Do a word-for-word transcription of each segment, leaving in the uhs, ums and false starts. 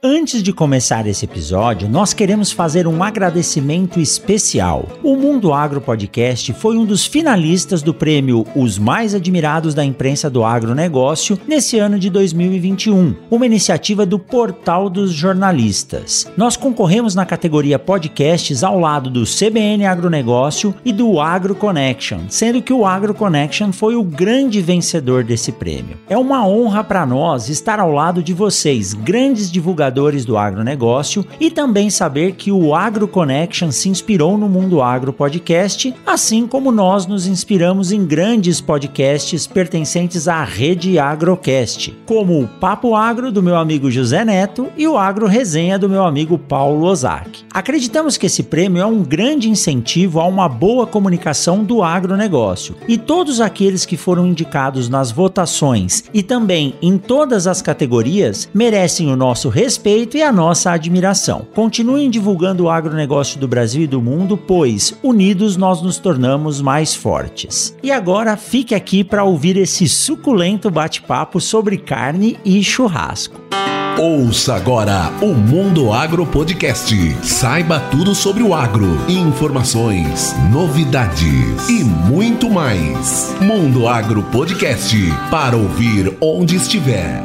Antes de começar esse episódio, nós queremos fazer um agradecimento especial. O Mundo Agro Podcast foi um dos finalistas do prêmio Os Mais Admirados da Imprensa do Agronegócio nesse ano de dois mil e vinte e um, uma iniciativa do Portal dos Jornalistas. Nós concorremos na categoria Podcasts ao lado do C B N Agronegócio e do Agro Connection, sendo que o Agro Connection foi o grande vencedor desse prêmio. É uma honra para nós estar ao lado de vocês, grandes divulgadores do agronegócio, e também saber que o Agro Connection se inspirou no Mundo Agro Podcast, assim como nós nos inspiramos em grandes podcasts pertencentes à rede Agrocast, como o Papo Agro do meu amigo José Neto e o Agro Resenha do meu amigo Paulo Ozaki. Acreditamos que esse prêmio é um grande incentivo a uma boa comunicação do agronegócio, e todos aqueles que foram indicados nas votações e também em todas as categorias merecem o nosso respeito e a nossa admiração. Continuem divulgando o agronegócio do Brasil e do mundo, pois unidos nós nos tornamos mais fortes. E agora fique aqui para ouvir esse suculento bate-papo sobre carne e churrasco. Ouça agora o Mundo Agro Podcast. Saiba tudo sobre o agro, informações, novidades e muito mais. Mundo Agro Podcast, para ouvir onde estiver.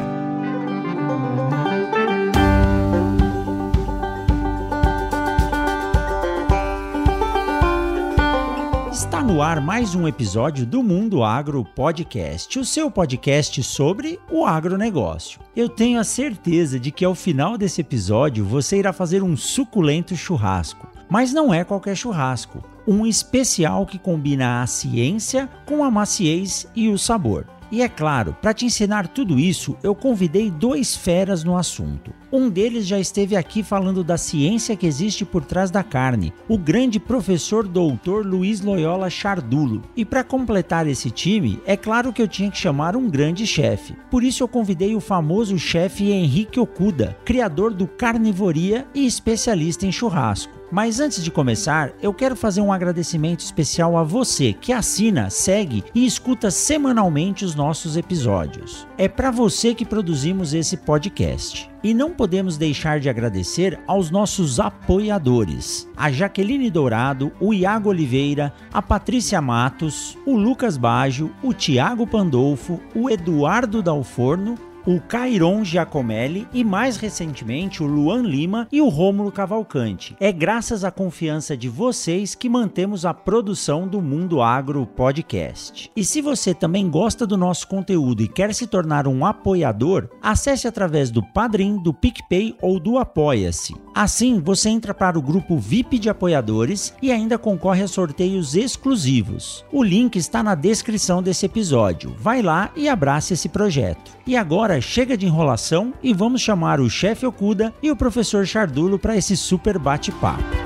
Está no ar mais um episódio do Mundo Agro Podcast, o seu podcast sobre o agronegócio. Eu tenho a certeza de que ao final desse episódio você irá fazer um suculento churrasco, mas não é qualquer churrasco, um especial que combina a ciência com a maciez e o sabor. E é claro, para te ensinar tudo isso, eu convidei dois feras no assunto. Um deles já esteve aqui falando da ciência que existe por trás da carne, o grande professor doutor Luiz Loyola Chardulo. E para completar esse time, é claro que eu tinha que chamar um grande chefe. Por isso eu convidei o famoso chefe Henrique Okuda, criador do Carnivoria e especialista em churrasco. Mas antes de começar, eu quero fazer um agradecimento especial a você que assina, segue e escuta semanalmente os nossos episódios. É para você que produzimos esse podcast. E não podemos deixar de agradecer aos nossos apoiadores, a Jaqueline Dourado, o Iago Oliveira, a Patrícia Matos, o Lucas Baggio, o Tiago Pandolfo, o Eduardo Dalforno, o Cairon Giacomelli e mais recentemente o Luan Lima e o Rômulo Cavalcante. É graças à confiança de vocês que mantemos a produção do Mundo Agro Podcast. E se você também gosta do nosso conteúdo e quer se tornar um apoiador, acesse através do Padrim, do PicPay ou do Apoia-se. Assim, você entra para o grupo V I P de apoiadores e ainda concorre a sorteios exclusivos. O link está na descrição desse episódio. Vai lá e abrace esse projeto. E agora chega de enrolação e vamos chamar o chefe Okuda e o professor Chardulo para esse super bate-papo.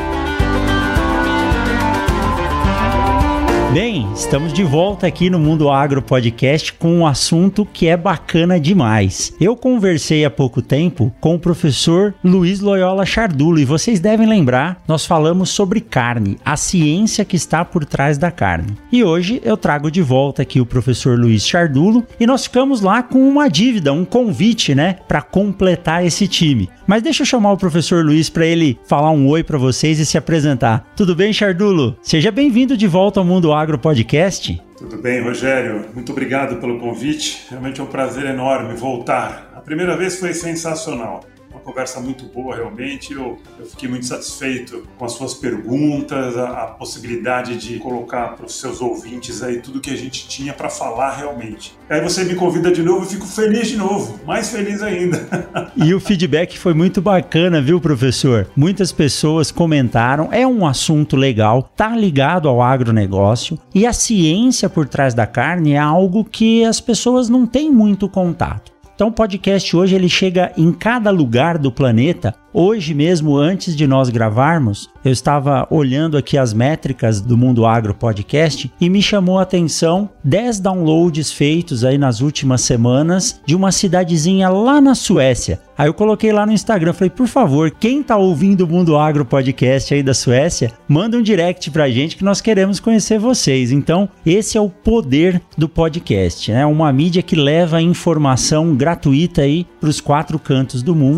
Bem, estamos de volta aqui no Mundo Agro Podcast com um assunto que é bacana demais. Eu conversei há pouco tempo com o professor Luiz Loyola Chardulo e vocês devem lembrar, nós falamos sobre carne, a ciência que está por trás da carne. E hoje eu trago de volta aqui o professor Luiz Chardulo e nós ficamos lá com uma dívida, um convite, né, para completar esse time. Mas deixa eu chamar o professor Luiz para ele falar um oi para vocês e se apresentar. Tudo bem, Chardulo? Seja bem-vindo de volta ao Mundo Agro Podcast. Tudo bem, Rogério. Muito obrigado pelo convite. Realmente é um prazer enorme voltar. A primeira vez foi sensacional. Uma conversa muito boa, realmente. Eu, eu fiquei muito satisfeito com as suas perguntas, a, a possibilidade de colocar para os seus ouvintes aí tudo que a gente tinha para falar realmente. Aí você me convida de novo e fico feliz de novo, mais feliz ainda. E o feedback foi muito bacana, viu, professor? Muitas pessoas comentaram, é um assunto legal, tá ligado ao agronegócio e a ciência por trás da carne é algo que as pessoas não têm muito contato. Então o podcast hoje ele chega em cada lugar do planeta. Hoje mesmo, antes de nós gravarmos, eu estava olhando aqui as métricas do Mundo Agro Podcast e me chamou a atenção dez downloads feitos aí nas últimas semanas de uma cidadezinha lá na Suécia. Aí eu coloquei lá no Instagram, falei, por favor, quem tá ouvindo o Mundo Agro Podcast aí da Suécia, manda um direct pra gente que nós queremos conhecer vocês. Então, esse é o poder do podcast, né? Uma mídia que leva informação gratuita aí pros quatro cantos do mundo.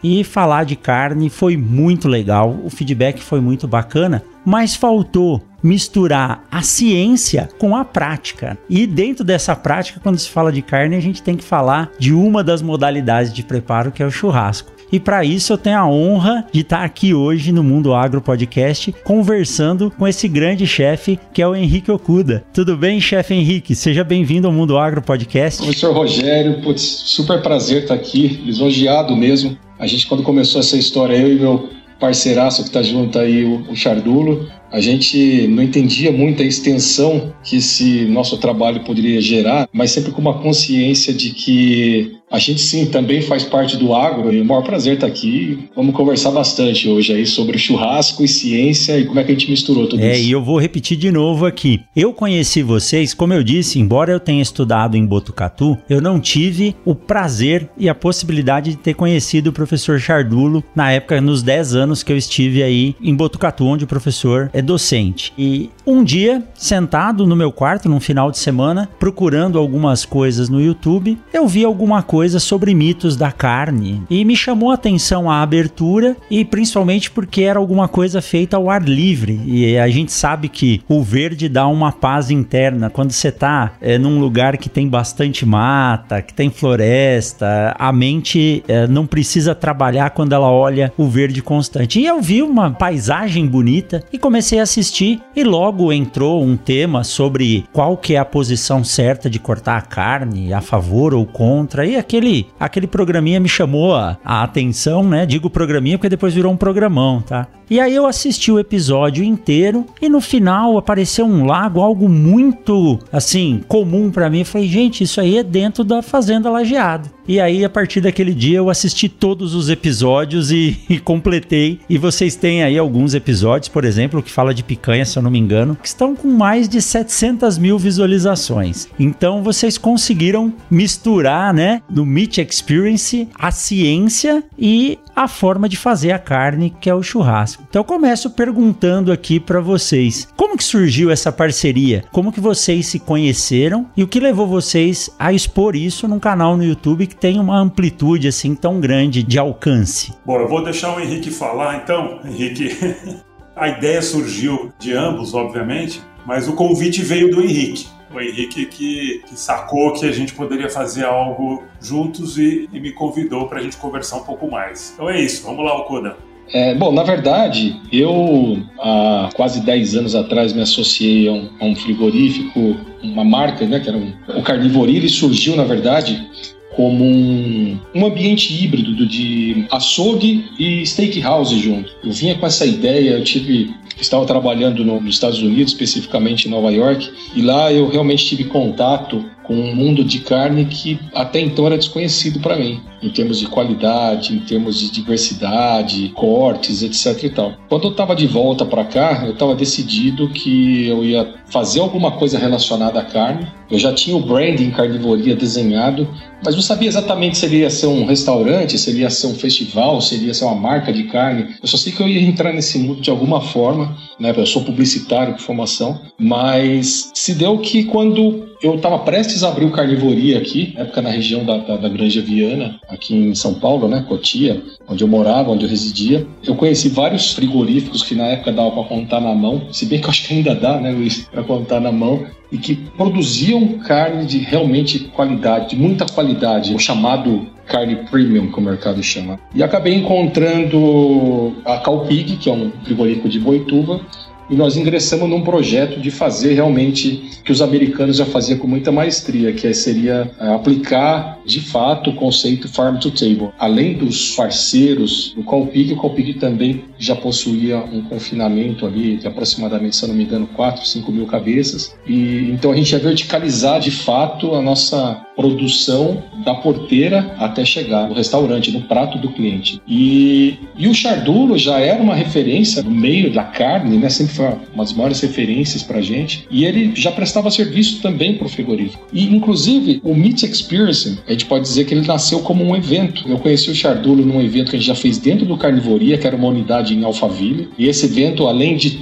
e falar de carne foi muito legal, o feedback foi muito bacana, mas faltou misturar a ciência com a prática. E dentro dessa prática, quando se fala de carne, a gente tem que falar de uma das modalidades de preparo, que é o churrasco. E para isso eu tenho a honra de estar aqui hoje no Mundo Agro Podcast conversando com esse grande chefe que é o Henrique Okuda. Tudo bem, chefe Henrique? Seja bem-vindo ao Mundo Agro Podcast. Professor Rogério, putz, super prazer estar aqui, lisonjeado mesmo. A gente, quando começou essa história, eu e meu parceiraço que está junto aí, o, o Chardulo, a gente não entendia muito a extensão que esse nosso trabalho poderia gerar, mas sempre com uma consciência de que a gente sim também faz parte do agro, e é um maior prazer estar aqui. Vamos conversar bastante hoje aí sobre churrasco e ciência e como é que a gente misturou tudo é, isso. É, e eu vou repetir de novo aqui. Eu conheci vocês, como eu disse, embora eu tenha estudado em Botucatu, eu não tive o prazer e a possibilidade de ter conhecido o professor Chardulo na época, nos dez anos que eu estive aí em Botucatu, onde o professor é docente. E um dia, sentado no meu quarto, num final de semana, procurando algumas coisas no YouTube, eu vi alguma coisa sobre mitos da carne e me chamou a atenção a abertura, e principalmente porque era alguma coisa feita ao ar livre, e a gente sabe que o verde dá uma paz interna quando você tá é, num lugar que tem bastante mata, que tem floresta, a mente é, não precisa trabalhar quando ela olha o verde constante. E eu vi uma paisagem bonita e comecei a assistir, e logo entrou um tema sobre qual que é a posição certa de cortar a carne, a favor ou contra, e aquele, aquele programinha me chamou a, a atenção, né? Digo programinha porque depois virou um programão, tá? E aí eu assisti o episódio inteiro e no final apareceu um lago, algo muito, assim, comum pra mim. Eu falei, gente, isso aí é dentro da Fazenda Lajeado. E aí, a partir daquele dia, eu assisti todos os episódios e, e completei. E vocês têm aí alguns episódios, por exemplo, que fala de picanha, se eu não me engano, que estão com mais de setecentas mil visualizações. Então, vocês conseguiram misturar, né, no Meat Experience, a ciência e a forma de fazer a carne, que é o churrasco. Então, eu começo perguntando aqui para vocês, como que surgiu essa parceria? Como que vocês se conheceram? E o que levou vocês a expor isso num canal no YouTube que tem uma amplitude assim tão grande de alcance? Bom, eu vou deixar o Henrique falar, então, Henrique. A ideia surgiu de ambos, obviamente, mas o convite veio do Henrique. O Henrique que, que sacou que a gente poderia fazer algo juntos e, e me convidou para a gente conversar um pouco mais. Então é isso, vamos lá, Okuda. É, bom, na verdade, eu há quase dez anos atrás me associei a um, a um frigorífico, uma marca, né, que era um, o Carnivoria. Ele surgiu, na verdade, como um, um ambiente híbrido de açougue e steakhouse junto. Eu vinha com essa ideia, eu tive... Estava trabalhando no, nos Estados Unidos, especificamente em Nova York, e lá eu realmente tive contato com um mundo de carne que até então era desconhecido para mim, em termos de qualidade, em termos de diversidade, cortes, etc e tal. Quando eu estava de volta para cá, eu estava decidido que eu ia fazer alguma coisa relacionada à carne. Eu já tinha o branding Carnivoria desenhado, mas não sabia exatamente se ele ia ser um restaurante, se ele ia ser um festival, se ele ia ser uma marca de carne. Eu só sei que eu ia entrar nesse mundo de alguma forma, né? Eu sou publicitário de formação, mas se deu que quando eu estava prestes a abrir o Carnivoria aqui, na época na região da, da, da Granja Viana, aqui em São Paulo, né, Cotia, onde eu morava, onde eu residia, eu conheci vários frigoríficos que na época dava para contar na mão, se bem que eu acho que ainda dá, né, Luiz, para contar na mão, e que produziam carne de realmente qualidade, de muita qualidade, o chamado carne premium, que o mercado chama. E acabei encontrando a Calpig, que é um frigorífico de Boituva, e nós ingressamos num projeto de fazer realmente que os americanos já faziam com muita maestria, que seria aplicar de fato o conceito Farm to Table. Além dos parceiros do Calpig, o Calpig também já possuía um confinamento ali de aproximadamente, se eu não me engano, quatro, cinco mil cabeças. E então a gente ia verticalizar de fato a nossa produção da porteira até chegar no restaurante, no prato do cliente. E, e o Chardulo já era uma referência no meio da carne, né? Sempre foi uma das maiores referências pra gente. E ele já prestava serviço também pro frigorífico. E, inclusive, o Meat Experience, a gente pode dizer que ele nasceu como um evento. Eu conheci o Chardulo num evento que a gente já fez dentro do Carnivoria, que era uma unidade em Alphaville. E esse evento, além de ter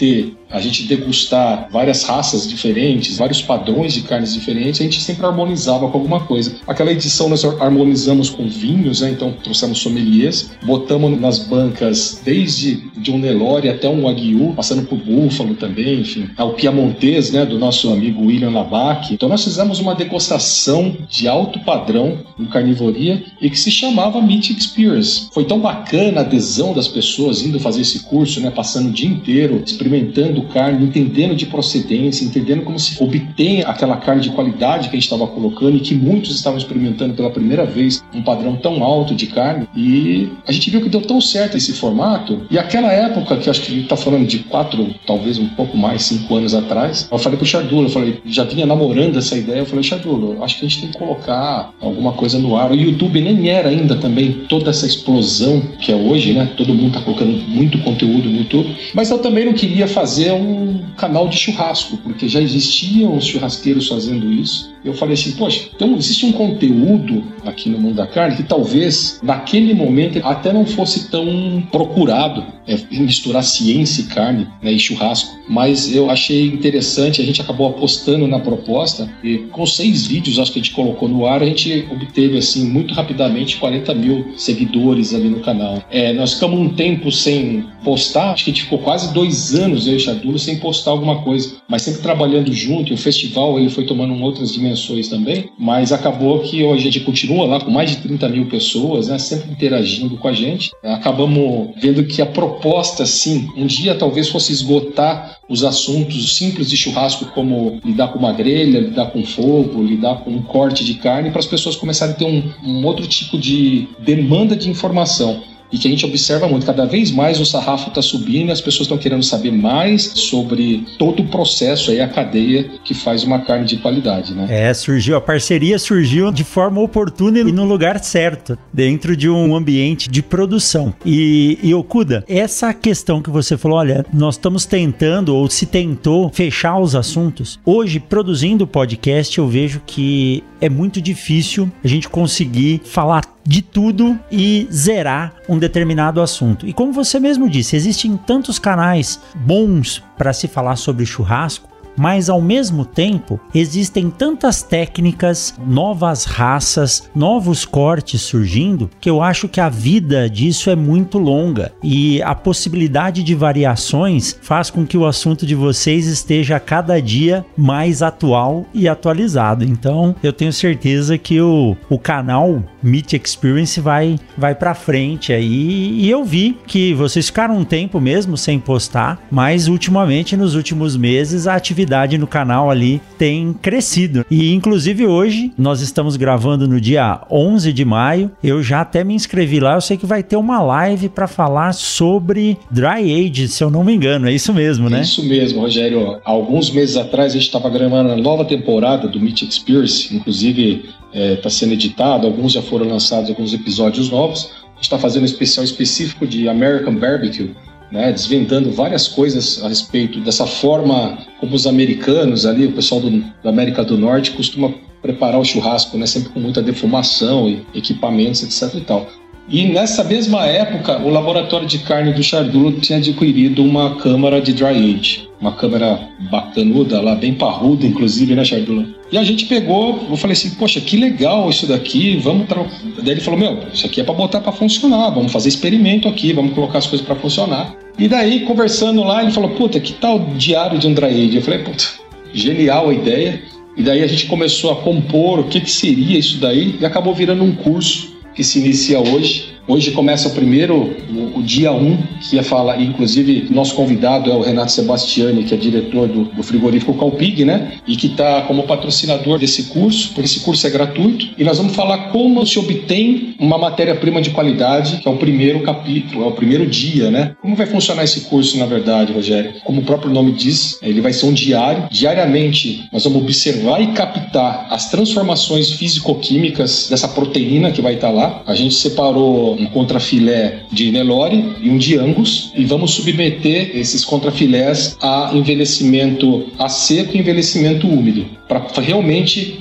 a gente degustar várias raças diferentes, vários padrões de carnes diferentes, a gente sempre harmonizava com alguma coisa. Aquela edição nós harmonizamos com vinhos, né? Então trouxemos sommeliers, botamos nas bancas desde de um Nelore até um Wagyu, passando por búfalo também, enfim, o Piamontês, né, do nosso amigo William Labac. Então nós fizemos uma degustação de alto padrão em carnivoria e que se chamava Meat Experience. Foi tão bacana a adesão das pessoas indo fazer esse curso, né, passando o dia inteiro experimentando carne, entendendo de procedência, entendendo como se obtém aquela carne de qualidade que a gente estava colocando e que muitos estavam experimentando pela primeira vez um padrão tão alto de carne. E a gente viu que deu tão certo esse formato. E aquela época, que acho que a gente está falando de quatro, talvez um pouco mais, cinco anos atrás, eu falei pro Chardula, eu falei, já vinha namorando essa ideia, eu falei, Chardula, acho que a gente tem que colocar alguma coisa no ar. O YouTube nem era ainda também toda essa explosão que é hoje, né? Todo mundo tá colocando muito conteúdo no YouTube. Mas eu também não queria fazer um canal de churrasco, porque já existiam os churrasqueiros fazendo isso. Eu falei assim, poxa, então existe um conteúdo aqui no mundo da carne que talvez naquele momento até não fosse tão procurado, é, misturar ciência e carne, né, e churrasco, mas eu achei interessante, a gente acabou apostando na proposta e com seis vídeos, acho que a gente colocou no ar, a gente obteve assim muito rapidamente quarenta mil seguidores ali no canal. É, nós ficamos um tempo sem postar, acho que a gente ficou quase dois anos, eu e o Chardula, sem postar alguma coisa, mas sempre trabalhando junto, e o festival ele foi tomando outras dimensões também, mas acabou que hoje a gente continua lá com mais de trinta mil pessoas, né, sempre interagindo com a gente. Acabamos vendo que a proposta, sim, um dia talvez fosse esgotar os assuntos simples de churrasco, como lidar com uma grelha, lidar com fogo, lidar com um corte de carne, para as pessoas começarem a ter um, um outro tipo de demanda de informação. E que a gente observa muito, cada vez mais o sarrafo está subindo e as pessoas estão querendo saber mais sobre todo o processo, aí, a cadeia que faz uma carne de qualidade, né? É, surgiu, a parceria surgiu de forma oportuna e no lugar certo, dentro de um ambiente de produção. E, e Okuda, essa questão que você falou, olha, nós estamos tentando, ou se tentou, fechar os assuntos. Hoje, produzindo o podcast, eu vejo que é muito difícil a gente conseguir falar de tudo e zerar um determinado assunto. E como você mesmo disse, existem tantos canais bons para se falar sobre churrasco, mas ao mesmo tempo existem tantas técnicas, novas raças, novos cortes surgindo, que eu acho que a vida disso é muito longa e a possibilidade de variações faz com que o assunto de vocês esteja a cada dia mais atual e atualizado. Então eu tenho certeza que o, o canal Meat Experience vai, vai para frente aí, e eu vi que vocês ficaram um tempo mesmo sem postar, mas ultimamente, nos últimos meses, a atividade no canal ali tem crescido. E inclusive hoje, nós estamos gravando no dia onze de maio, eu já até me inscrevi lá, eu sei que vai ter uma live para falar sobre Dry Age, se eu não me engano, é isso mesmo, né? É isso mesmo, Rogério. Há alguns meses atrás a gente estava gravando a nova temporada do Meat Experience, inclusive está é, sendo editado, alguns já foram lançados, alguns episódios novos. A gente está fazendo um especial específico de American Barbecue, né, desvendando várias coisas a respeito dessa forma como os americanos ali, o pessoal do, da América do Norte costuma preparar o churrasco, né, sempre com muita defumação e equipamentos, etc e tal. E nessa mesma época, o laboratório de carne do Chardula tinha adquirido uma câmara de dry age, uma câmera bacanuda lá, bem parruda, inclusive, né, Chardula? E a gente pegou, eu falei assim, poxa, que legal isso daqui, vamos... Tra... Daí ele falou, meu, isso aqui é para botar para funcionar, vamos fazer experimento aqui, vamos colocar as coisas para funcionar. E daí, conversando lá, ele falou, puta, que tal diário de um dry age? Eu falei, puta, genial a ideia. E daí a gente começou a compor o que, que seria isso daí e acabou virando um curso que se inicia hoje. Hoje começa o primeiro, o, o dia um, que ia falar, inclusive nosso convidado é o Renato Sebastiani, que é diretor do, do frigorífico Calpig, né? E que está como patrocinador desse curso, porque esse curso é gratuito. E nós vamos falar como se obtém uma matéria-prima de qualidade, que é o primeiro capítulo, é o primeiro dia, né? Como vai funcionar esse curso, na verdade, Rogério? Como o próprio nome diz, ele vai ser um diário. Diariamente, nós vamos observar e captar as transformações físico-químicas dessa proteína que vai estar lá. A gente separou um contrafilé de Nelore e um de Angus e vamos submeter esses contrafilés a envelhecimento a seco e envelhecimento úmido, para realmente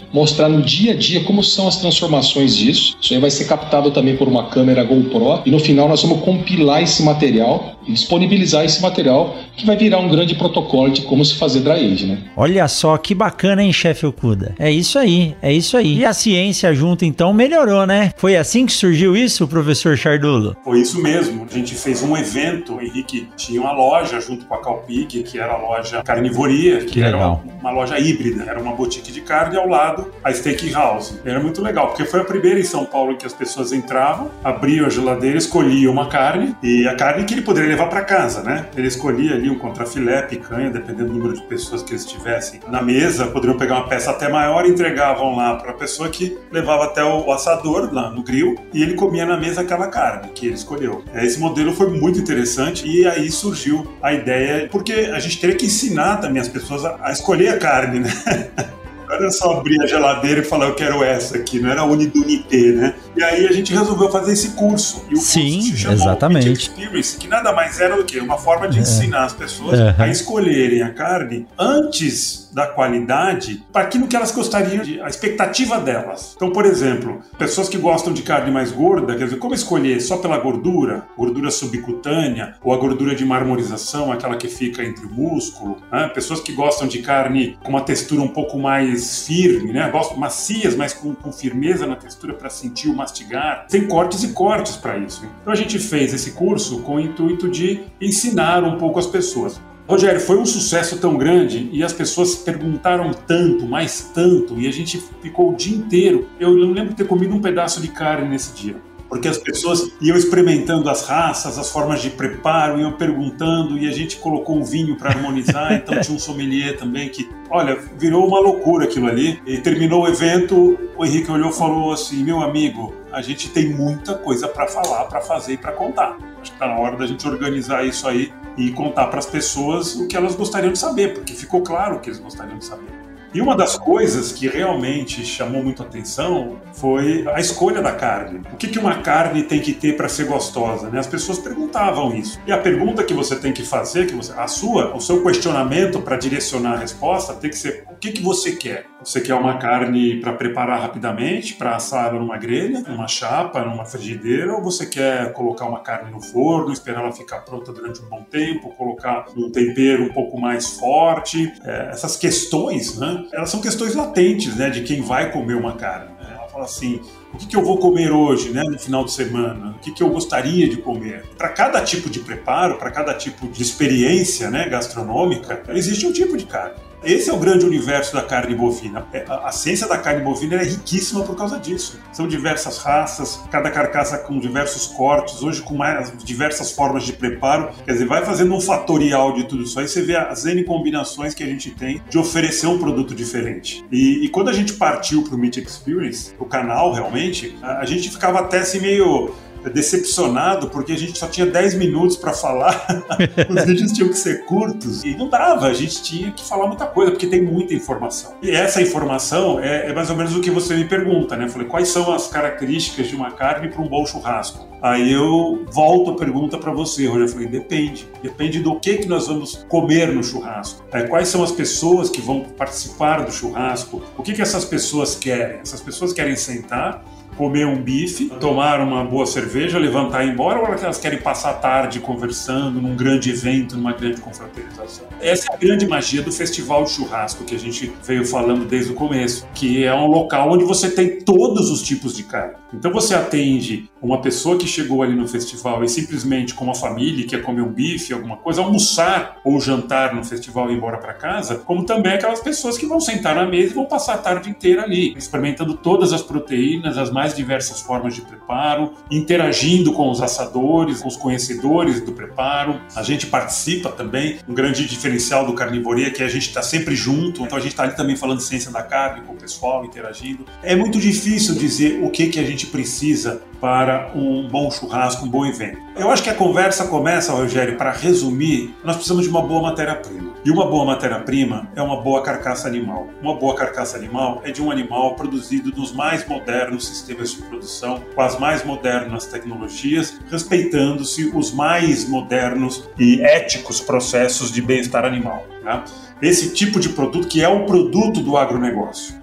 mostrar no dia a dia como são as transformações disso. Isso aí vai ser captado também por uma câmera GoPro e no final nós vamos compilar esse material e disponibilizar esse material que vai virar um grande protocolo de como se fazer dry age, né? Olha só que bacana, hein, chefe Okuda? É isso aí, é isso aí. E a ciência junto, então, melhorou, né? Foi assim que surgiu isso, professor Chardulo? Foi isso mesmo. A gente fez um evento, o Henrique tinha uma loja junto com a Calpig, que era a loja Carnivoria, que, que era uma, uma loja híbrida, era uma boutique de carne e ao lado a Steakhouse. Era muito legal, porque foi a primeira em São Paulo que as pessoas entravam, abriam a geladeira, escolhiam uma carne, e a carne que ele poderia levar para casa, né? Ele escolhia ali um contrafilé, picanha, dependendo do número de pessoas que eles tivessem na mesa, poderiam pegar uma peça até maior e entregavam lá para a pessoa que levava até o assador lá no grill e ele comia na mesa aquela carne que ele escolheu. Esse modelo foi muito interessante e aí surgiu a ideia, porque a gente teria que ensinar também as pessoas a, a escolher a carne, né? Não era só abrir a geladeira e falar eu quero essa aqui, não era Unidunité, né? E aí a gente resolveu fazer esse curso. E o Sim, curso se chamou exatamente. Meat Experience, que nada mais era do que uma forma de ensinar as pessoas uhum. a escolherem a carne antes da qualidade para aquilo que elas gostariam, de, a expectativa delas. Então, por exemplo, pessoas que gostam de carne mais gorda, quer dizer, como escolher só pela gordura, gordura subcutânea ou a gordura de marmorização, aquela que fica entre o músculo, né? Pessoas que gostam de carne com uma textura um pouco mais firme, né? Gostam macias, mas com, com firmeza na textura para sentir o mastigar. Tem cortes e cortes para isso. Então a gente fez esse curso com o intuito de ensinar um pouco as pessoas. Rogério, foi um sucesso tão grande e as pessoas perguntaram tanto, mais tanto, e a gente ficou o dia inteiro. Eu não lembro de ter comido um pedaço de carne nesse dia, porque as pessoas iam experimentando as raças, as formas de preparo, iam perguntando e a gente colocou um vinho para harmonizar, então tinha um sommelier também que, olha, virou uma loucura aquilo ali. E terminou o evento, o Henrique olhou e falou assim, meu amigo, a gente tem muita coisa para falar, para fazer e para contar. Acho que está na hora da gente organizar isso aí e contar para as pessoas o que elas gostariam de saber, porque ficou claro o que eles gostariam de saber. E uma das coisas que realmente chamou muito a atenção foi a escolha da carne. O que que uma carne tem que ter para ser gostosa, né? As pessoas perguntavam isso. E a pergunta que você tem que fazer, que você, a sua, o seu questionamento para direcionar a resposta tem que ser o que que você quer. Você quer uma carne para preparar rapidamente, para assar numa grelha, numa chapa, numa frigideira, ou você quer colocar uma carne no forno, esperar ela ficar pronta durante um bom tempo, colocar um tempero um pouco mais forte? É, essas questões, né? Elas são questões latentes, né, de quem vai comer uma carne. Né? Ela fala assim, o que, que eu vou comer hoje, né, no final de semana? O que, que eu gostaria de comer? Para cada tipo de preparo, para cada tipo de experiência, né, gastronômica, existe um tipo de carne. Esse é o grande universo da carne bovina. A ciência da carne bovina é riquíssima por causa disso. São diversas raças, cada carcaça com diversos cortes, hoje com mais diversas formas de preparo. Quer dizer, vai fazendo um fatorial de tudo isso aí, você vê as N combinações que a gente tem de oferecer um produto diferente. E, e quando a gente partiu para o Meat Experience, o canal realmente, a, a gente ficava até assim meio decepcionado, porque a gente só tinha dez minutos para falar, os vídeos tinham que ser curtos e não dava, a gente tinha que falar muita coisa, porque tem muita informação. E essa informação é, é mais ou menos o que você me pergunta, né? Eu falei, quais são as características de uma carne para um bom churrasco? Aí eu volto a pergunta para você, Rogério. Eu falei, depende. Depende do que, que nós vamos comer no churrasco. É, quais são as pessoas que vão participar do churrasco? O que, que essas pessoas querem? Essas pessoas querem sentar, comer um bife, tomar uma boa cerveja, levantar e ir embora, ou elas querem passar a tarde conversando num grande evento, numa grande confraternização? Essa é a grande magia do Festival de Churrasco que a gente veio falando desde o começo, que é um local onde você tem todos os tipos de carne. Então você atende uma pessoa que chegou ali no festival e simplesmente com uma família que quer comer um bife, alguma coisa, almoçar ou jantar no festival e ir embora para casa, como também aquelas pessoas que vão sentar na mesa e vão passar a tarde inteira ali, experimentando todas as proteínas, as mais diversas formas de preparo, interagindo com os assadores, com os conhecedores do preparo. A gente participa também. Um grande diferencial do Carnivoria é que a gente está sempre junto, então a gente está ali também falando ciência da carne com o pessoal, interagindo. É muito difícil dizer o que, que a gente precisa para um bom churrasco, um bom evento. Eu acho que a conversa começa, Rogério, para resumir, nós precisamos de uma boa matéria-prima. E uma boa matéria-prima é uma boa carcaça animal. Uma boa carcaça animal é de um animal produzido nos mais modernos sistemas de produção, com as mais modernas tecnologias, respeitando-se os mais modernos e éticos processos de bem-estar animal. Tá? Esse tipo de produto que é o produto do agronegócio.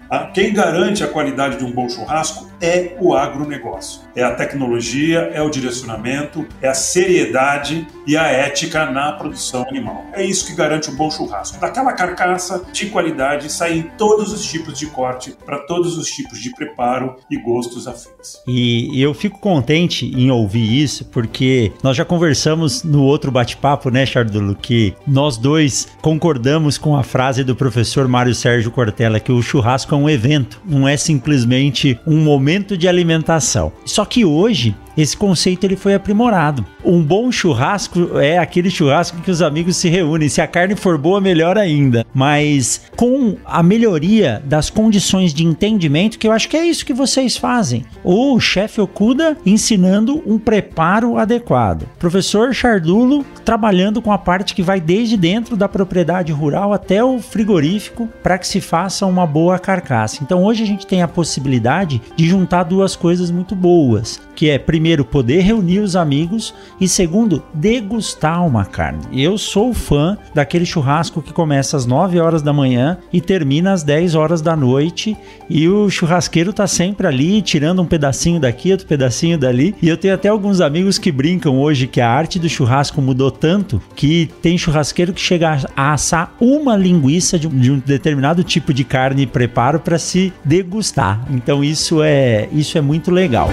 Quem garante a qualidade de um bom churrasco é o agronegócio. É a tecnologia, é o direcionamento, é a seriedade e a ética na produção animal. É isso que garante um bom churrasco. Daquela carcaça de qualidade saem todos os tipos de corte para todos os tipos de preparo e gostos afins. E eu fico contente em ouvir isso, porque nós já conversamos no outro bate-papo, né, Chardulo, que nós dois concordamos com a frase do professor Mário Sérgio Cortella, que o churrasco é um evento, não é simplesmente um momento de alimentação. Só que hoje esse conceito ele foi aprimorado. Um bom churrasco é aquele churrasco que os amigos se reúnem. Se a carne for boa, melhor ainda. Mas com a melhoria das condições de entendimento, que eu acho que é isso que vocês fazem. O chefe Okuda ensinando um preparo adequado. Professor Chardulo trabalhando com a parte que vai desde dentro da propriedade rural até o frigorífico para que se faça uma boa carcaça. Então hoje a gente tem a possibilidade de juntar duas coisas muito boas, que é, primeiro, poder reunir os amigos e, segundo, degustar uma carne. Eu sou fã daquele churrasco que começa às nove horas da manhã e termina às dez horas da noite, e o churrasqueiro tá sempre ali, tirando um pedacinho daqui, outro pedacinho dali, e eu tenho até alguns amigos que brincam hoje que a arte do churrasco mudou tanto que tem churrasqueiro que chega a assar uma linguiça de um, de um determinado tipo de carne e preparo para se degustar. Então isso é, isso é muito legal.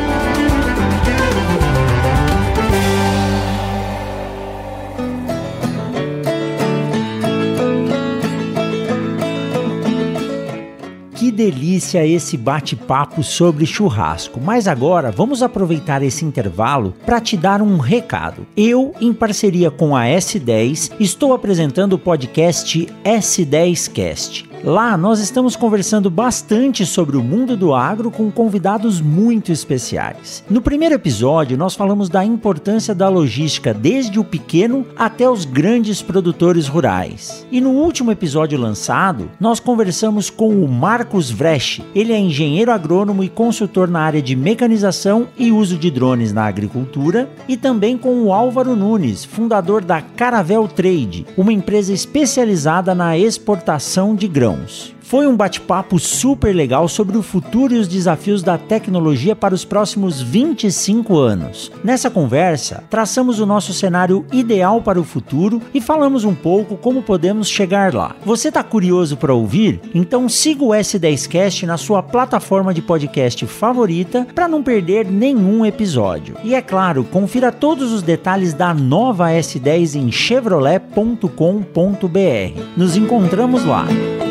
Que delícia esse bate-papo sobre churrasco. Mas agora vamos aproveitar esse intervalo para te dar um recado. Eu, em parceria com a S dez, estou apresentando o podcast S dez Cast. Lá nós estamos conversando bastante sobre o mundo do agro com convidados muito especiais. No primeiro episódio nós falamos da importância da logística desde o pequeno até os grandes produtores rurais. E no último episódio lançado nós conversamos com o Marcos Vresch. Ele é engenheiro agrônomo e consultor na área de mecanização e uso de drones na agricultura, e também com o Álvaro Nunes, fundador da Caravel Trade, uma empresa especializada na exportação de grãos. Foi um bate-papo super legal sobre o futuro e os desafios da tecnologia para os próximos vinte e cinco anos. Nessa conversa, traçamos o nosso cenário ideal para o futuro e falamos um pouco como podemos chegar lá. Você está curioso para ouvir? Então siga o S dez Cast na sua plataforma de podcast favorita para não perder nenhum episódio. E é claro, confira todos os detalhes da nova S dez em chevrolet ponto com ponto b r. Nos encontramos lá.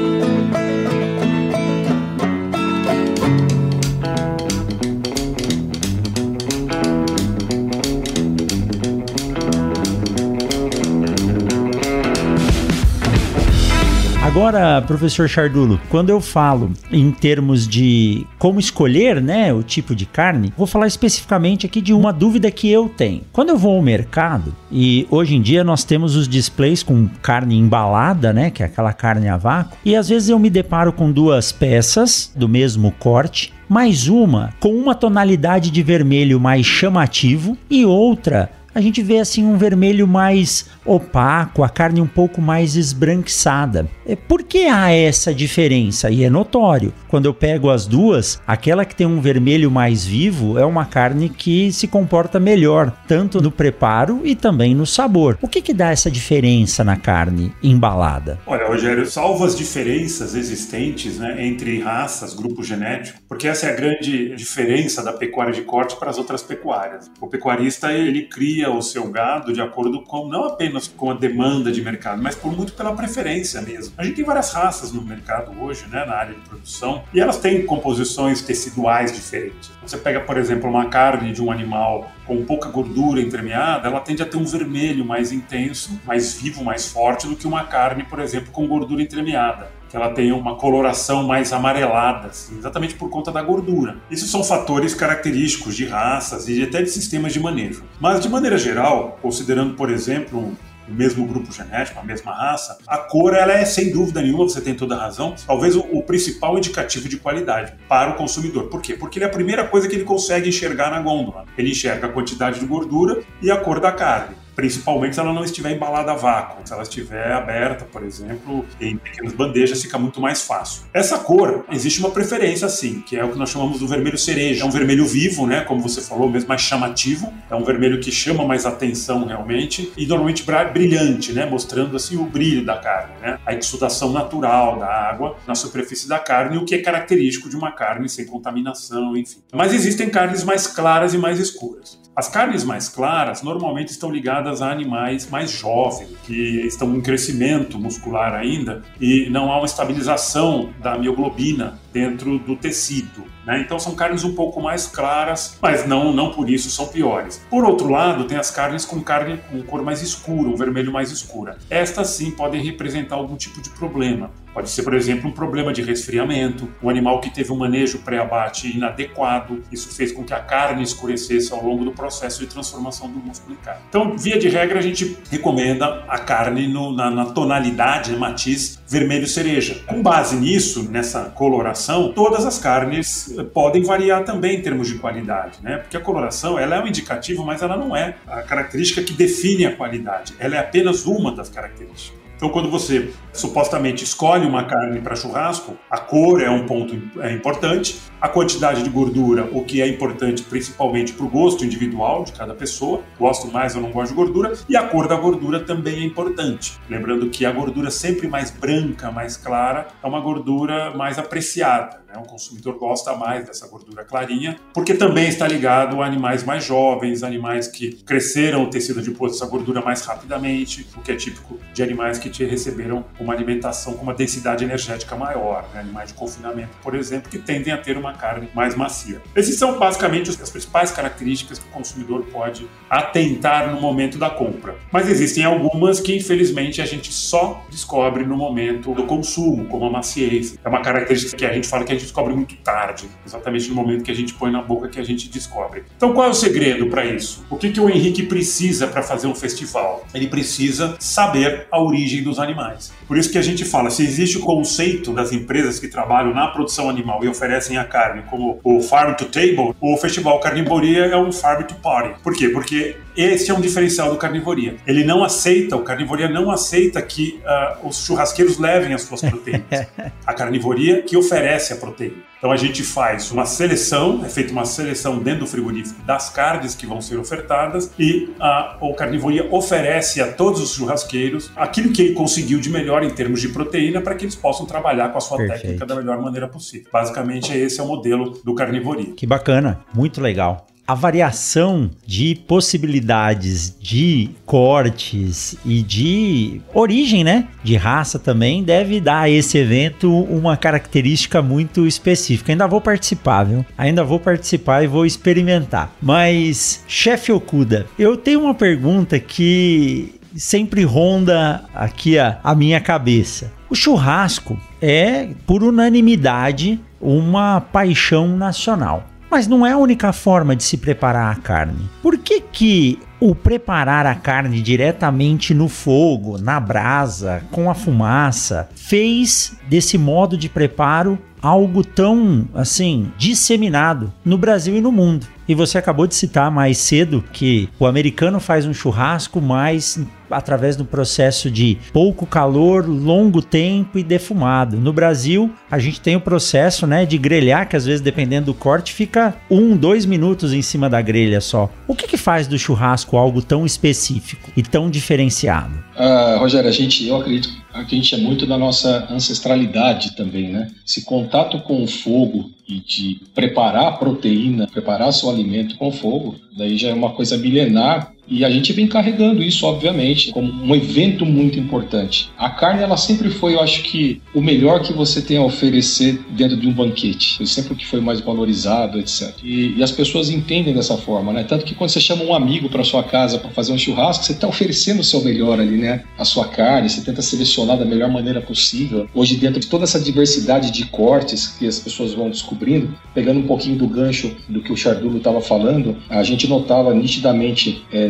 Agora, professor Chardulo, quando eu falo em termos de como escolher, né, o tipo de carne, vou falar especificamente aqui de uma dúvida que eu tenho. Quando eu vou ao mercado, e hoje em dia nós temos os displays com carne embalada, né, que é aquela carne a vácuo, e às vezes eu me deparo com duas peças do mesmo corte, mais uma com uma tonalidade de vermelho mais chamativo e outra a gente vê assim um vermelho mais opaco, a carne um pouco mais esbranquiçada. Por que há essa diferença? E é notório. Quando eu pego as duas, aquela que tem um vermelho mais vivo é uma carne que se comporta melhor, tanto no preparo e também no sabor. O que que dá essa diferença na carne embalada? Olha, Rogério, salvo as diferenças existentes, né, entre raças, grupos genéticos, porque essa é a grande diferença da pecuária de corte para as outras pecuárias. O pecuarista, ele cria o seu gado de acordo com, não apenas com a demanda de mercado, mas por muito pela preferência mesmo. A gente tem várias raças no mercado hoje, né, na área de produção, e elas têm composições teciduais diferentes. Você pega, por exemplo, uma carne de um animal com pouca gordura entremeada, ela tende a ter um vermelho mais intenso, mais vivo, mais forte do que uma carne, por exemplo, com gordura entremeada, que ela tem uma coloração mais amarelada, assim, exatamente por conta da gordura. Isso são fatores característicos de raças e até de sistemas de manejo. Mas, de maneira geral, considerando, por exemplo, o mesmo grupo genético, a mesma raça, a cor, ela é, sem dúvida nenhuma, você tem toda a razão, talvez o, o principal indicativo de qualidade para o consumidor. Por quê? Porque ele é a primeira coisa que ele consegue enxergar na gôndola. Ele enxerga a quantidade de gordura e a cor da carne. principalmente se ela não estiver embalada a vácuo. Se ela estiver aberta, por exemplo, em pequenas bandejas, fica muito mais fácil. Essa cor, existe uma preferência sim, que é o que nós chamamos do vermelho cereja. É um vermelho vivo, né, como você falou, mesmo mais chamativo. É um vermelho que chama mais atenção realmente e normalmente brilhante, né, mostrando assim o brilho da carne, né, a exudação natural da água na superfície da carne, o que é característico de uma carne sem contaminação, enfim. Mas existem carnes mais claras e mais escuras. As carnes mais claras normalmente estão ligadas a animais mais jovens, que estão em crescimento muscular ainda e não há uma estabilização da mioglobina dentro do tecido, né? Então são carnes um pouco mais claras, mas não, não por isso são piores. Por outro lado, tem as carnes com carne com cor mais escura, um vermelho mais escura. Estas sim podem representar algum tipo de problema. Pode ser, por exemplo, um problema de resfriamento, um animal que teve um manejo pré-abate inadequado, isso fez com que a carne escurecesse ao longo do processo de transformação do músculo em carne. Então, via de regra, a gente recomenda a carne no, na, na tonalidade, né, matiz vermelho cereja. Com base nisso, nessa coloração, todas as carnes podem variar também em termos de qualidade, né? Porque a coloração, ela é um indicativo, mas ela não é a característica que define a qualidade. Ela é apenas uma das características. Então, quando você supostamente escolhe uma carne para churrasco, a cor é um ponto é importante, a quantidade de gordura, o que é importante principalmente para o gosto individual de cada pessoa, gosto mais ou não gosto de gordura, e a cor da gordura também é importante. Lembrando que a gordura sempre mais branca, mais clara, é uma gordura mais apreciada, né? O consumidor gosta mais dessa gordura clarinha, porque também está ligado a animais mais jovens, animais que cresceram o tecido adiposo dessa gordura mais rapidamente, o que é típico de animais que receberam uma alimentação com uma densidade energética maior, né? Animais de confinamento, por exemplo, que tendem a ter uma carne mais macia. Esses são basicamente as principais características que o consumidor pode atentar no momento da compra. Mas existem algumas que, infelizmente, a gente só descobre no momento do consumo, como a maciez. É uma característica que a gente fala que a gente descobre muito tarde, exatamente no momento que a gente põe na boca que a gente descobre. Então, qual é o segredo para isso? O que, que o Henrique precisa para fazer um festival? Ele precisa saber a origem dos animais. Por isso que a gente fala, se existe o conceito das empresas que trabalham na produção animal e oferecem a carne como o Farm to Table, o Festival Carnivoria é um Farm to Party. Por quê? Porque esse é um diferencial do Carnivoria. Ele não aceita, o Carnivoria não aceita que uh, os churrasqueiros levem as suas proteínas. A Carnivoria que oferece a proteína. Então a gente faz uma seleção, é feita uma seleção dentro do frigorífico das carnes que vão ser ofertadas e a, o Carnivoria oferece a todos os churrasqueiros aquilo que ele conseguiu de melhor em termos de proteína para que eles possam trabalhar com a sua Perfeito. técnica da melhor maneira possível. Basicamente esse é o modelo do Carnivoria. Que bacana, muito legal. A variação de possibilidades de cortes e de origem, né, de raça também deve dar a esse evento uma característica muito específica. Ainda vou participar, viu? Ainda vou participar e vou experimentar. Mas, chefe Okuda, eu tenho uma pergunta que sempre ronda aqui a, a minha cabeça. O churrasco é, por unanimidade, uma paixão nacional. Mas não é a única forma de se preparar a carne. Por que que o preparar a carne diretamente no fogo, na brasa, com a fumaça, fez desse modo de preparo algo tão, assim, disseminado no Brasil e no mundo? E você acabou de citar mais cedo que o americano faz um churrasco mais através do processo de pouco calor, longo tempo e defumado. No Brasil, a gente tem o processo, né, de grelhar, que às vezes, dependendo do corte, fica um, dois minutos em cima da grelha só. O que que faz do churrasco algo tão específico e tão diferenciado? Uh, Rogério, a gente, eu acredito que a gente é muito da nossa ancestralidade também, né? Esse contato com o fogo e de preparar a proteína, preparar seu alimento com fogo, daí já é uma coisa milenar. E a gente vem carregando isso, obviamente, como um evento muito importante. A carne, ela sempre foi, eu acho que, o melhor que você tem a oferecer dentro de um banquete. Foi sempre o que foi mais valorizado, etcétera. E, e as pessoas entendem dessa forma, né? Tanto que quando você chama um amigo para sua casa para fazer um churrasco, você está oferecendo o seu melhor ali, né? A sua carne, você tenta selecionar da melhor maneira possível. Hoje, dentro de toda essa diversidade de cortes que as pessoas vão descobrindo, pegando um pouquinho do gancho do que o Chardulo estava falando, a gente notava nitidamente, é,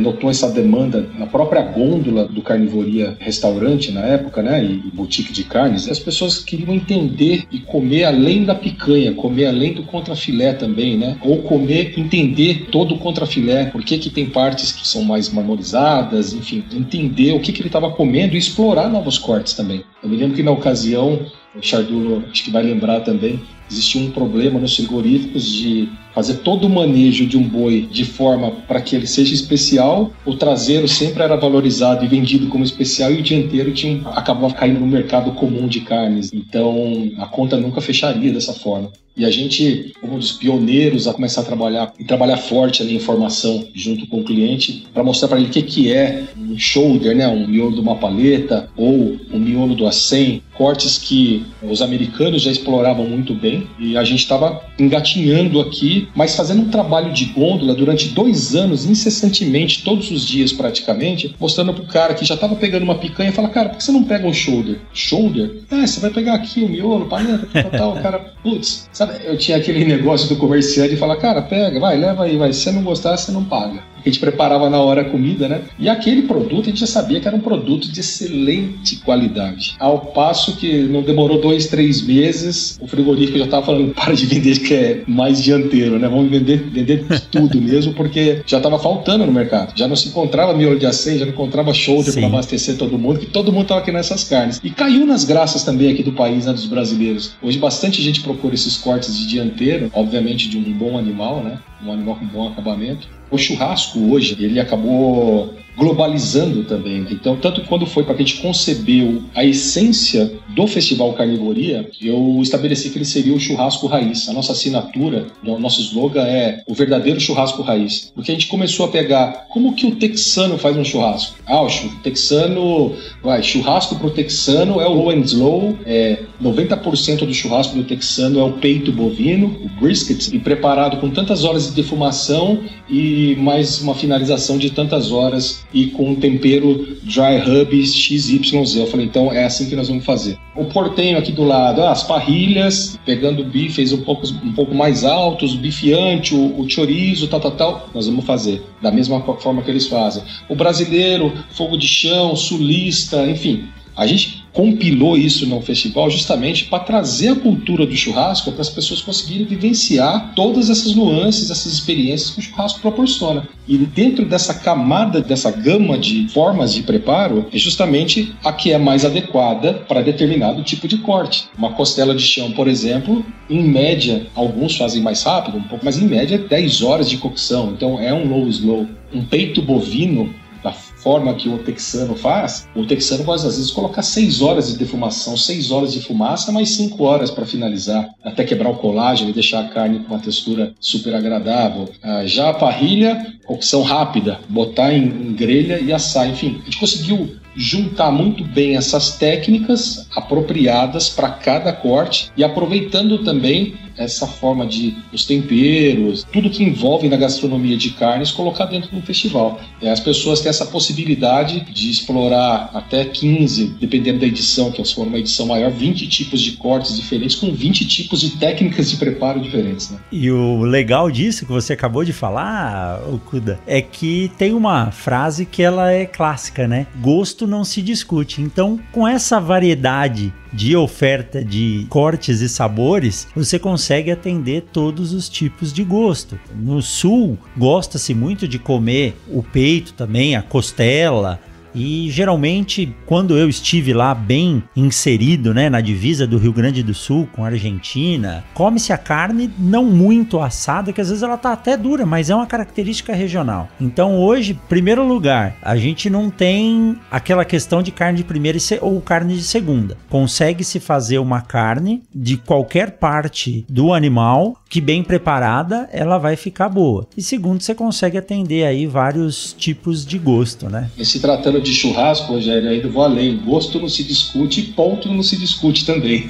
notou essa demanda na própria gôndola do Carnivoria Restaurante na época, né, e boutique de carnes. As pessoas queriam entender e comer além da picanha, comer além do contrafilé também, né, ou comer, entender todo o contrafilé, por que que tem partes que são mais marmorizadas, enfim, entender o que que ele estava comendo e explorar novos cortes também. Eu me lembro que na ocasião, o Chardulo acho que vai lembrar também, existia um problema nos frigoríficos de fazer todo o manejo de um boi de forma para que ele seja especial. O traseiro sempre era valorizado e vendido como especial e o dianteiro tinha, acabava caindo no mercado comum de carnes. Então a conta nunca fecharia dessa forma. E a gente, um dos pioneiros a começar a trabalhar e trabalhar forte ali em informação junto com o cliente para mostrar para ele o que, que é um shoulder, né? Um miolo de uma paleta ou um miolo do acém, cortes que os americanos já exploravam muito bem e a gente estava engatinhando aqui, mas fazendo um trabalho de gôndola durante dois anos, incessantemente, todos os dias praticamente, mostrando para o cara que já estava pegando uma picanha e fala, cara, por que você não pega um shoulder? Shoulder? É, você vai pegar aqui o miolo, paleta, tal, tal, o cara, putz, sabe? Eu tinha aquele negócio do comerciante de falar, cara, pega, vai, leva aí, vai. Se você não gostar, você não paga. A gente preparava na hora a comida, né? E aquele produto, a gente já sabia que era um produto de excelente qualidade. Ao passo que não demorou dois, três meses, o frigorífico já estava falando, para de vender que é mais dianteiro, né? Vamos vender, vender tudo mesmo, porque já estava faltando no mercado. Já não se encontrava miolo de acém, já não encontrava shoulder para abastecer todo mundo, que todo mundo estava aqui nessas carnes. E caiu nas graças também aqui do país, né, dos brasileiros. Hoje bastante gente procura esses cortes de dianteiro, obviamente de um bom animal, né? Um animal com bom acabamento. O churrasco hoje, ele acabou globalizando também. Então, tanto quando foi para que a gente concebeu a essência do Festival Carnivoria, eu estabeleci que ele seria o churrasco raiz. A nossa assinatura, o nosso slogan é o verdadeiro churrasco raiz. Porque a gente começou a pegar como que o texano faz um churrasco. Ah, o texano, vai, churrasco pro texano é o low and slow, é noventa por cento do churrasco do texano é o peito bovino, o brisket, e preparado com tantas horas de defumação e mais uma finalização de tantas horas e com um tempero dry rub X Y Z. Eu falei, então é assim que nós vamos fazer. O portenho aqui do lado, ah, as parrilhas, pegando bifes um pouco, um pouco mais altos, o bifiante, o, o chorizo, tal, tal, tal, nós vamos fazer da mesma forma que eles fazem. O brasileiro, fogo de chão, sulista, enfim. A gente compilou isso no festival justamente para trazer a cultura do churrasco para as pessoas conseguirem vivenciar todas essas nuances, essas experiências que o churrasco proporciona. E dentro dessa camada, dessa gama de formas de preparo, é justamente a que é mais adequada para determinado tipo de corte. Uma costela de chão, por exemplo, em média, alguns fazem mais rápido, um pouco, mas em média dez horas de cocção, então é um low slow. Um peito bovino, da forma que o texano faz, o texano pode às vezes colocar seis horas de defumação, seis horas de fumaça, mais cinco horas para finalizar, até quebrar o colágeno e deixar a carne com uma textura super agradável. Ah, já a parrilha, cocção rápida, botar em, em grelha e assar, enfim, a gente conseguiu juntar muito bem essas técnicas apropriadas para cada corte e aproveitando também essa forma de os temperos, tudo que envolve na gastronomia de carnes, colocar dentro de um festival. E as pessoas têm essa possibilidade de explorar até quinze, dependendo da edição, que se for uma edição maior, vinte tipos de cortes diferentes, com vinte tipos de técnicas de preparo diferentes, né? E o legal disso que você acabou de falar, Okuda, é que tem uma frase que ela é clássica, né? Gosto não se discute. Então, com essa variedade de oferta de cortes e sabores, você consegue atender todos os tipos de gosto. No sul, gosta-se muito de comer o peito também, a costela, e geralmente quando eu estive lá bem inserido, né, na divisa do Rio Grande do Sul com a Argentina, come-se a carne não muito assada, que às vezes ela tá até dura, mas é uma característica regional. Então hoje, primeiro lugar, a gente não tem aquela questão de carne de primeira ou carne de segunda. Consegue-se fazer uma carne de qualquer parte do animal que bem preparada, ela vai ficar boa. E segundo, você consegue atender aí vários tipos de gosto, né? E se tratando de churrasco, Rogério, ainda vou além. Gosto não se discute e ponto não se discute também.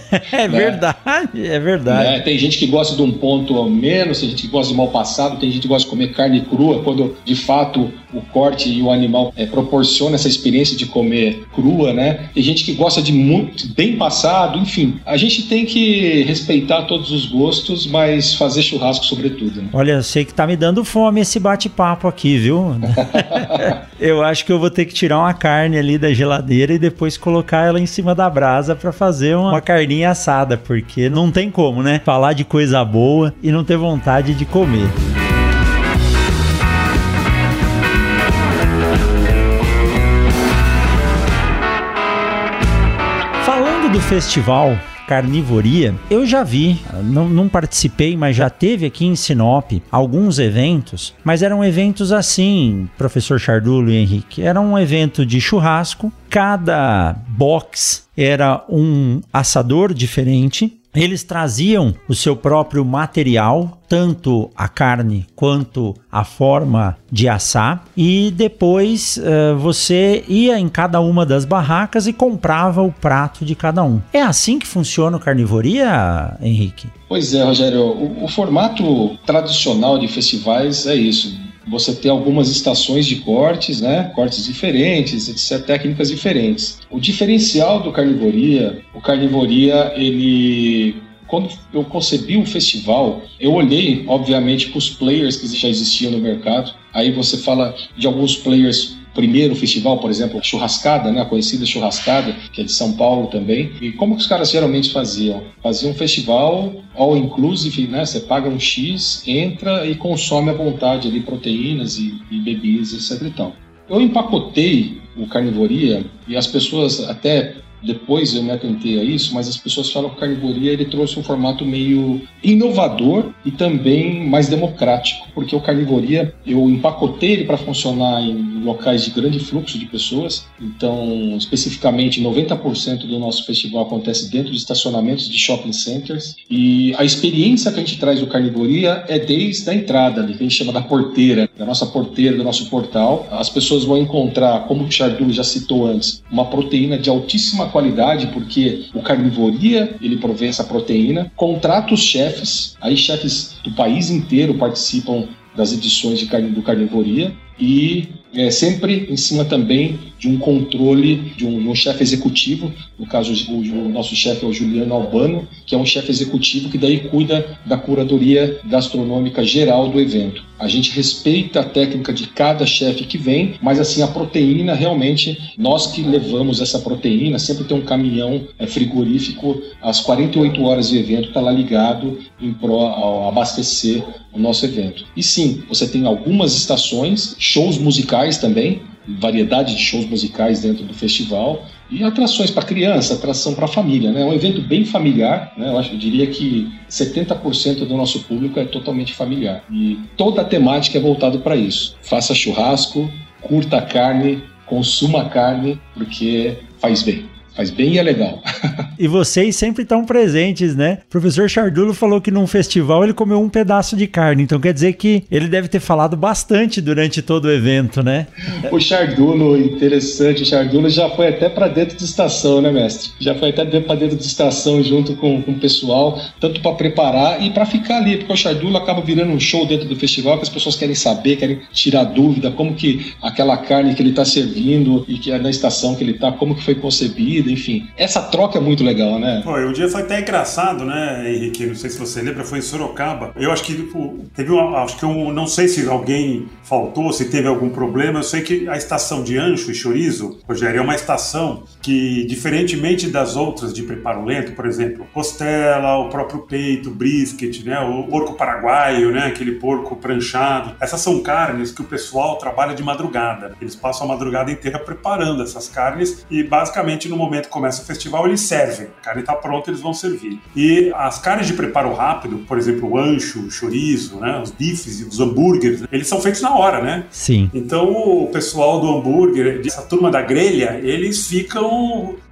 É né? verdade, é verdade. Né? Tem gente que gosta de um ponto ao menos, tem gente que gosta de mal passado, tem gente que gosta de comer carne crua, quando de fato o corte e o animal é, proporciona essa experiência de comer crua, né? Tem gente que gosta de muito bem passado, enfim. A gente tem que respeitar todos os gostos, mas fazer churrasco sobretudo, né? Olha, eu sei que tá me dando fome esse bate-papo aqui, viu? Eu acho que eu vou ter que tirar uma carne ali da geladeira e depois colocar ela em cima da brasa para fazer uma carninha assada, porque não tem como, né? Falar de coisa boa e não ter vontade de comer. Falando do festival Carnivoria, eu já vi, não, não participei, mas já teve aqui em Sinop alguns eventos, mas eram eventos assim, professor Chardulo e Henrique, era um evento de churrasco, cada box era um assador diferente. Eles traziam o seu próprio material, tanto a carne quanto a forma de assar, e depois uh, você ia em cada uma das barracas e comprava o prato de cada um. É assim que funciona o Carnivoria, Henrique? Pois é, Rogério. O, o formato tradicional de festivais é isso. Você tem algumas estações de cortes, né? Cortes diferentes, etcétera, técnicas diferentes. O diferencial do Carnivoria, o Carnivoria, ele... Quando eu concebi o festival, eu olhei, obviamente, para os players que já existiam no mercado. Aí você fala de alguns players... Primeiro festival, por exemplo, Churrascada, né? A conhecida Churrascada, que é de São Paulo também. E como que os caras geralmente faziam? Faziam um festival all inclusive, né? Você paga um X, entra e consome à vontade ali proteínas e, e bebidas, etcétera e tal. Eu empacotei o Carnivoria e as pessoas até... Depois eu me atentei a isso, mas as pessoas falam que o Carnivoria ele trouxe um formato meio inovador e também mais democrático, porque o Carnivoria eu empacotei ele para funcionar em locais de grande fluxo de pessoas. Então, especificamente, noventa por cento do nosso festival acontece dentro de estacionamentos de shopping centers, e a experiência que a gente traz do Carnivoria é desde a entrada, que a gente chama da porteira, da nossa porteira, do nosso portal. As pessoas vão encontrar, como o Chardulo já citou antes, uma proteína de altíssima qualidade, porque o Carnivoria ele provê essa proteína, contrata os chefes, aí chefes do país inteiro participam das edições de carne, do Carnivoria, e é, sempre em cima também de um controle de um, de um chefe executivo. No caso, o, o nosso chefe é o Juliano Albano, que é um chefe executivo que daí cuida da curadoria gastronômica geral do evento. A gente respeita a técnica de cada chefe que vem, mas assim, a proteína realmente, nós que levamos essa proteína, sempre tem um caminhão é, frigorífico, às quarenta e oito horas de evento está lá ligado em pró a abastecer o nosso evento. E sim, você tem algumas estações, shows musicais também, variedade de shows musicais dentro do festival, e atrações para criança, atração para família, né? É um evento bem familiar, né? Eu, acho, eu diria que setenta por cento do nosso público é totalmente familiar. E toda a temática é voltada para isso. Faça churrasco, curta a carne, consuma a carne, porque faz bem. Faz bem e é legal. E vocês sempre estão presentes, né? O professor Chardulo falou que num festival ele comeu um pedaço de carne, então quer dizer que ele deve ter falado bastante durante todo o evento, né? O Chardulo, interessante, o Chardulo já foi até para dentro de estação, né, mestre? Já foi até para dentro de estação junto com, com o pessoal, tanto para preparar e para ficar ali, porque o Chardulo acaba virando um show dentro do festival que as pessoas querem saber, querem tirar dúvida, como que aquela carne que ele está servindo e que é na estação que ele está, como que foi concebida, enfim. Essa troca é muito legal, né? Pô, o dia foi até engraçado, né, Henrique? Não sei se você lembra, foi em Sorocaba. Eu acho que tipo, teve uma, acho que eu não sei se alguém faltou, se teve algum problema. Eu sei que a estação de ancho e chorizo, Rogério, é uma estação que, diferentemente das outras de preparo lento, por exemplo, costela, o próprio peito, brisket, né, o porco paraguaio, né, aquele porco pranchado. Essas são carnes que o pessoal trabalha de madrugada. Eles passam a madrugada inteira preparando essas carnes e, basicamente, no momento que começa o festival, eles servem. A carne está pronta, eles vão servir. E as carnes de preparo rápido, por exemplo, o ancho, o chorizo, né, os bifes e os hambúrgueres, eles são feitos na hora, né? Sim. Então, o pessoal do hambúrguer, essa turma da grelha, eles ficam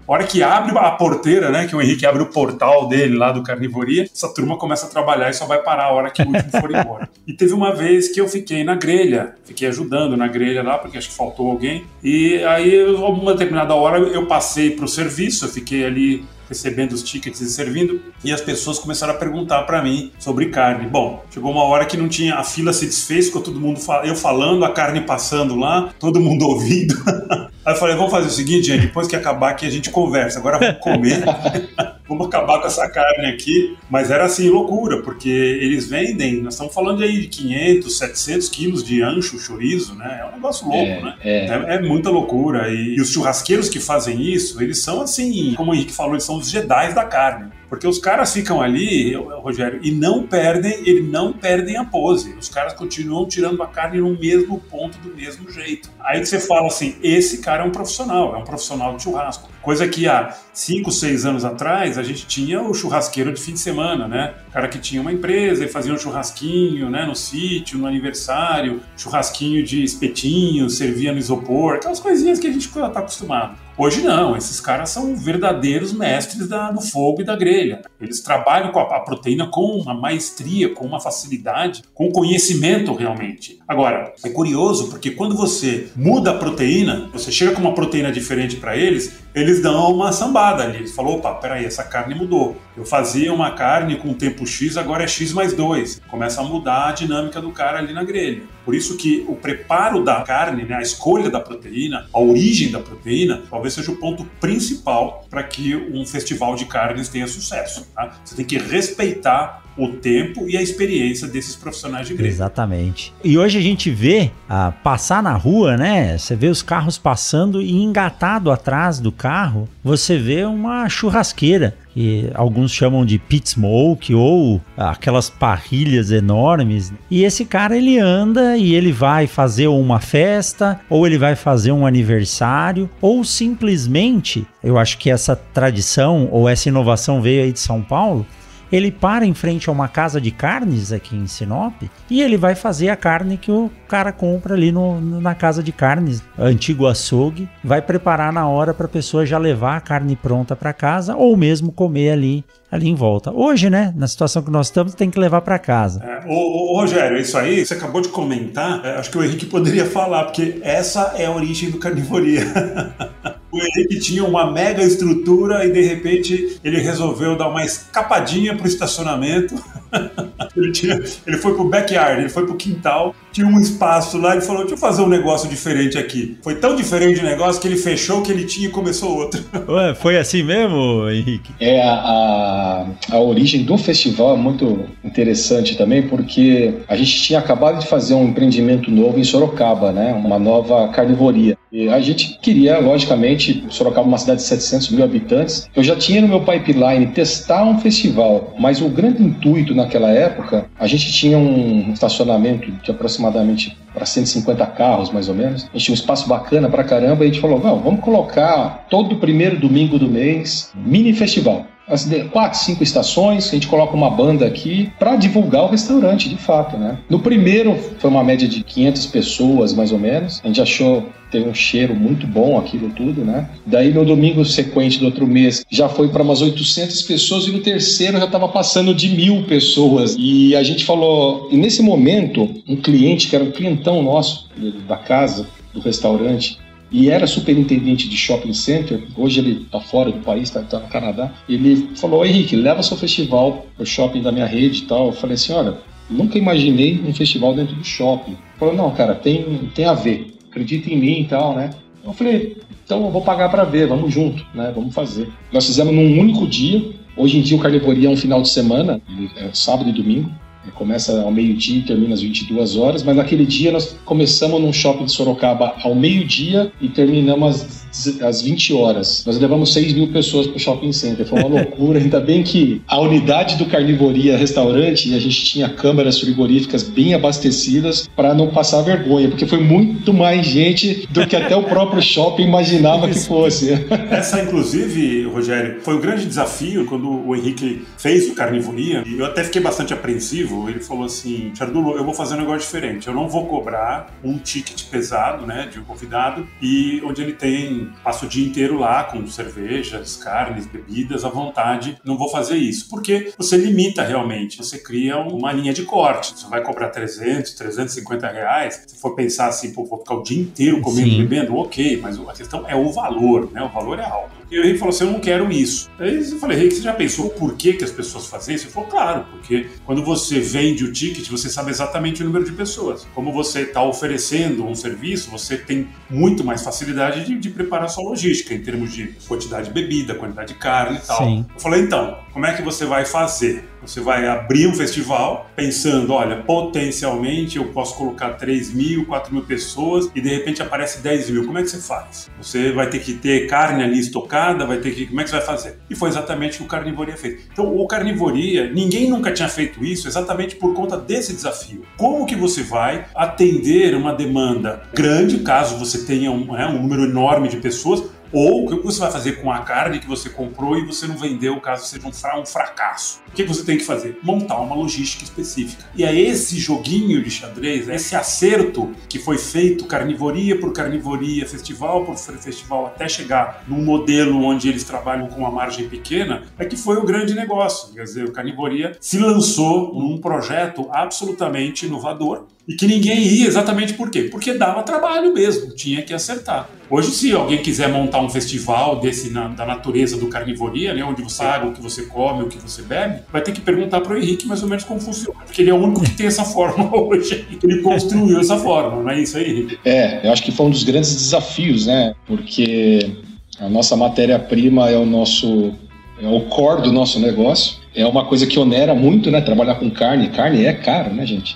A hora que abre a porteira, né, que o Henrique abre o portal dele lá do Carnivoria, essa turma começa a trabalhar e só vai parar a hora que o último for embora. E teve uma vez que eu fiquei na grelha, fiquei ajudando na grelha lá, porque acho que faltou alguém. E aí, a uma determinada hora, eu passei para o serviço, eu fiquei ali recebendo os tickets e servindo, e as pessoas começaram a perguntar para mim sobre carne. Bom, chegou uma hora que não tinha, a fila se desfez, ficou todo mundo, eu falando, a carne passando lá, todo mundo ouvindo. Aí eu falei, vamos fazer o seguinte, gente, depois que acabar aqui a gente conversa, agora vamos comer, vamos acabar com essa carne aqui. Mas era assim, loucura, porque eles vendem, nós estamos falando aí de quinhentos, setecentos quilos de ancho, chorizo, né? É um negócio louco, é, né? É. É, é muita loucura. E, e os churrasqueiros que fazem isso, eles são assim, como o Henrique falou, eles são os Jedis da carne. Porque os caras ficam ali, Rogério, e não perdem, eles não perdem a pose. Os caras continuam tirando a carne no mesmo ponto, do mesmo jeito. Aí que você fala assim, esse cara é um profissional, é um profissional de churrasco. Coisa que há cinco, seis anos atrás, a gente tinha o churrasqueiro de fim de semana, né? O cara que tinha uma empresa e fazia um churrasquinho, né? No sítio, no aniversário, churrasquinho de espetinho, servia no isopor, aquelas coisinhas que a gente está acostumado. Hoje não, esses caras são verdadeiros mestres da, do fogo e da grelha. Eles trabalham com a, a proteína com uma maestria, com uma facilidade, com conhecimento realmente. Agora, é curioso porque quando você muda a proteína, você chega com uma proteína diferente para eles, eles dão uma sambada ali. Eles falam, opa, peraí, essa carne mudou. Eu fazia uma carne com tempo X, agora é X mais dois. Começa a mudar a dinâmica do cara ali na grelha. Por isso que o preparo da carne, né, a escolha da proteína, a origem da proteína, talvez seja o ponto principal para que um festival de carnes tenha sucesso. Tá? Você tem que respeitar o tempo e a experiência desses profissionais de grelha. Exatamente. E hoje a gente vê ah, passar na rua, né? Você vê os carros passando e engatado atrás do carro, você vê uma churrasqueira. E alguns chamam de pit smoke ou aquelas parrilhas enormes. E esse cara, ele anda e ele vai fazer uma festa, ou ele vai fazer um aniversário, ou simplesmente, eu acho que essa tradição ou essa inovação veio aí de São Paulo, ele para em frente a uma casa de carnes aqui em Sinop e ele vai fazer a carne que o cara compra ali no, na casa de carnes, antigo açougue, vai preparar na hora para a pessoa já levar a carne pronta para casa ou mesmo comer ali, ali em volta. Hoje, né, na situação que nós estamos, tem que levar para casa. É, ô, ô, Rogério, isso aí, você acabou de comentar, é, acho que o Henrique poderia falar, porque essa é a origem do Carnivoria. O Henrique tinha uma mega estrutura e de repente ele resolveu dar uma escapadinha pro estacionamento. Ele, tinha, ele foi pro backyard, ele foi pro quintal, tinha um espaço lá e falou, deixa eu fazer um negócio diferente aqui. Foi tão diferente o negócio que ele fechou o que ele tinha e começou outro. Ué, foi assim mesmo, Henrique? É, a, a, a origem do festival é muito interessante também, porque a gente tinha acabado de fazer um empreendimento novo em Sorocaba, né? Uma nova carnivoria. E a gente queria, logicamente, Sorocaba é uma cidade de setecentos mil habitantes, eu já tinha no meu pipeline testar um festival, mas o grande intuito naquela época, a gente tinha um estacionamento de aproximadamente para cento e cinquenta carros, mais ou menos. A gente tinha um espaço bacana pra caramba e a gente falou, não, vamos colocar todo primeiro domingo do mês, mini festival. As quatro, cinco estações, a gente coloca uma banda aqui para divulgar o restaurante, de fato, né? No primeiro foi uma média de quinhentas pessoas, mais ou menos. A gente achou teve um cheiro muito bom aquilo tudo, né? Daí no domingo sequente do outro mês já foi para umas oitocentas pessoas e no terceiro já estava passando de mil pessoas. E a gente falou, e nesse momento, um cliente que era um clientão nosso da casa, do restaurante, e era superintendente de shopping center, hoje ele está fora do país, está tá no Canadá, ele falou, Henrique, leva seu festival pro shopping da minha rede e tal. Eu falei assim, olha, nunca imaginei um festival dentro do shopping. Ele falou, não, cara, tem, tem a ver, acredita em mim e tal, né? Eu falei, então eu vou pagar para ver, vamos junto, né? Vamos fazer. Nós fizemos num único dia, hoje em dia o Carnivoria é um final de semana, é sábado e domingo, começa ao meio-dia e termina às vinte e duas horas, mas naquele dia nós começamos num shopping de Sorocaba ao meio-dia e terminamos às, às vinte horas. Nós levamos seis mil pessoas para o shopping center, foi uma loucura. Ainda bem que a unidade do Carnivoria Restaurante, a gente tinha câmeras frigoríficas bem abastecidas para não passar vergonha, porque foi muito mais gente do que até o próprio shopping imaginava que fosse. Essa, inclusive, Rogério, foi um grande desafio quando o Henrique fez o Carnivoria, e eu até fiquei bastante apreensivo. Ele falou assim, Chardulo, eu vou fazer um negócio diferente, eu não vou cobrar um ticket pesado, né, de um convidado, e onde ele tem assim, passo o dia inteiro lá com cervejas, carnes, bebidas à vontade, não vou fazer isso. Porque você limita realmente, você cria uma linha de corte. Você vai cobrar trezentos, trezentos e cinquenta reais, se for pensar assim, pô, vou ficar o dia inteiro comendo e bebendo, ok, mas a questão é o valor, né? O valor é alto. E o Henrique falou assim, eu não quero isso. Aí eu falei, Henrique, você já pensou por que, que as pessoas fazem isso? Ele falou, claro, porque quando você vende o ticket, você sabe exatamente o número de pessoas. Como você está oferecendo um serviço, você tem muito mais facilidade de, de preparar sua logística, em termos de quantidade de bebida, quantidade de carne e tal. Sim. Eu falei, então, como é que você vai fazer? Você vai abrir um festival pensando, olha, potencialmente eu posso colocar três mil, quatro mil pessoas e de repente aparece dez mil. Como é que você faz? Você vai ter que ter carne ali estocada, vai ter que... Como é que você vai fazer? E foi exatamente o que o Carnivoria fez. Então, o Carnivoria, ninguém nunca tinha feito isso exatamente por conta desse desafio. Como que você vai atender uma demanda grande, caso você tenha um, é, um número enorme de pessoas, ou o que você vai fazer com a carne que você comprou e você não vendeu, caso seja um, fra- um fracasso? O que você tem que fazer? Montar uma logística específica. E é esse joguinho de xadrez, é esse acerto que foi feito carnivoria por carnivoria, festival por festival, até chegar num modelo onde eles trabalham com uma margem pequena, é que foi o grande negócio. Quer dizer, o Carnivoria se lançou num projeto absolutamente inovador e que ninguém ia, exatamente por quê? Porque dava trabalho mesmo, tinha que acertar. Hoje, se alguém quiser montar um festival desse na, da natureza do Carnivoria, né, onde você paga o que você come, o que você bebe, vai ter que perguntar para o Henrique mais ou menos como funciona, porque ele é o único que tem essa forma hoje. Ele construiu essa forma, não é isso aí, Henrique? É, eu acho que foi um dos grandes desafios, né? Porque a nossa matéria-prima é o nosso, é o core do nosso negócio. É uma coisa que onera muito, né? Trabalhar com carne. Carne é caro, né, gente?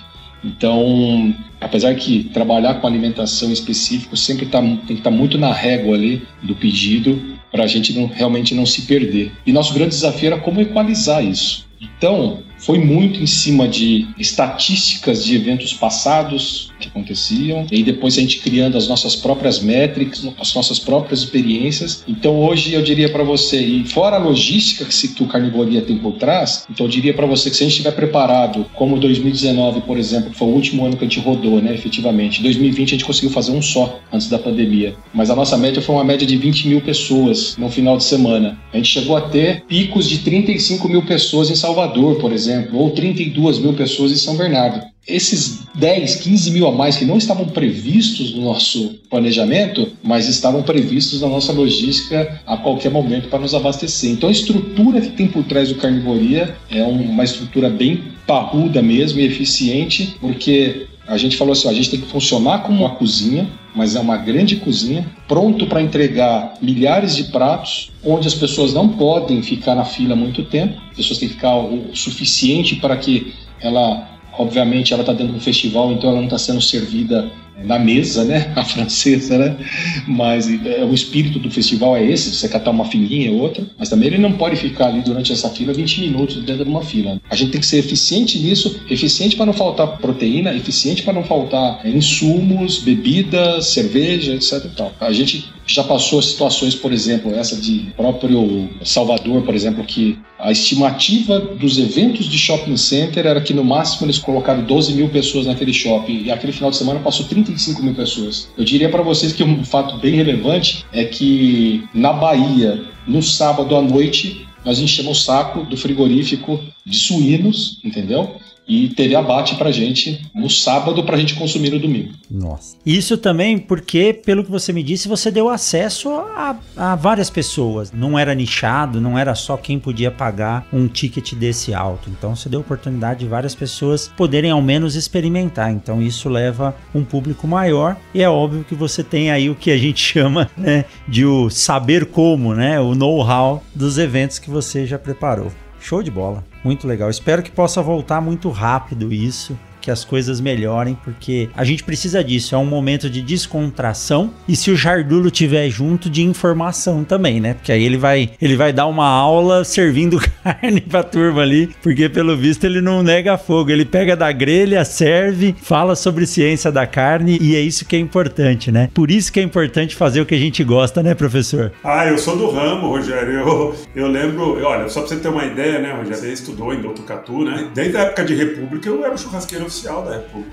Então, apesar que trabalhar com alimentação específica sempre tá, tem que estar tá muito na régua ali do pedido para a gente não, realmente não se perder. E nosso grande desafio era como equalizar isso. Então, foi muito em cima de estatísticas de eventos passados que aconteciam, e aí depois a gente criando as nossas próprias métricas, as nossas próprias experiências. Então hoje eu diria para você, e fora a logística que, se, que o Carnivoria tem por trás, então eu diria para você que se a gente estiver preparado, como dois mil e dezenove, por exemplo, que foi o último ano que a gente rodou, né, efetivamente, em dois mil e vinte a gente conseguiu fazer um só, antes da pandemia, mas a nossa média foi uma média de vinte mil pessoas no final de semana. A gente chegou a ter picos de trinta e cinco mil pessoas em Salvador, por exemplo, ou trinta e duas mil pessoas em São Bernardo. Esses dez, quinze mil a mais que não estavam previstos no nosso planejamento, mas estavam previstos na nossa logística a qualquer momento para nos abastecer. Então a estrutura que tem por trás do Carnivoria é uma estrutura bem parruda mesmo e eficiente, porque a gente falou assim, ó, a gente tem que funcionar como uma cozinha, mas é uma grande cozinha, pronto para entregar milhares de pratos, onde as pessoas não podem ficar na fila muito tempo, as pessoas têm que ficar o suficiente para que ela, obviamente, ela está dentro de um festival, então ela não está sendo servida na mesa, né, a francesa, né, mas é, o espírito do festival é esse, você catar uma filinha ou outra, mas também ele não pode ficar ali durante essa fila vinte minutos dentro de uma fila. A gente tem que ser eficiente nisso, eficiente para não faltar proteína, eficiente para não faltar insumos, bebidas, cerveja, etc e tal. A gente já passou situações, por exemplo, essa de próprio Salvador, por exemplo, que a estimativa dos eventos de shopping center era que no máximo eles colocaram doze mil pessoas naquele shopping, e aquele final de semana passou trinta e cinco mil pessoas. Eu diria para vocês que um fato bem relevante é que na Bahia, no sábado à noite, nós enchemos o saco do frigorífico de suínos, entendeu? E teve abate pra gente no sábado pra gente consumir no domingo. Nossa. Isso também porque, pelo que você me disse, você deu acesso a, a várias pessoas. Não era nichado, não era só quem podia pagar um ticket desse alto. Então você deu oportunidade de várias pessoas poderem ao menos experimentar. Então isso leva um público maior. E é óbvio que você tem aí o que a gente chama, né, de o saber como, né, o know-how dos eventos que você já preparou. Show de bola, muito legal. Espero que possa voltar muito rápido isso, que as coisas melhorem, porque a gente precisa disso, é um momento de descontração, e se o Jardulo tiver junto, de informação também, né? Porque aí ele vai, ele vai dar uma aula servindo carne pra turma ali, porque pelo visto ele não nega fogo, ele pega da grelha, serve, fala sobre ciência da carne, e é isso que é importante, né? Por isso que é importante fazer o que a gente gosta, né, professor? Ah, eu sou do ramo, Rogério, eu, eu lembro, olha, só pra você ter uma ideia, né, Rogério, você estudou em Botucatu, né? Desde a época de República eu era o churrasqueiro oficial da República.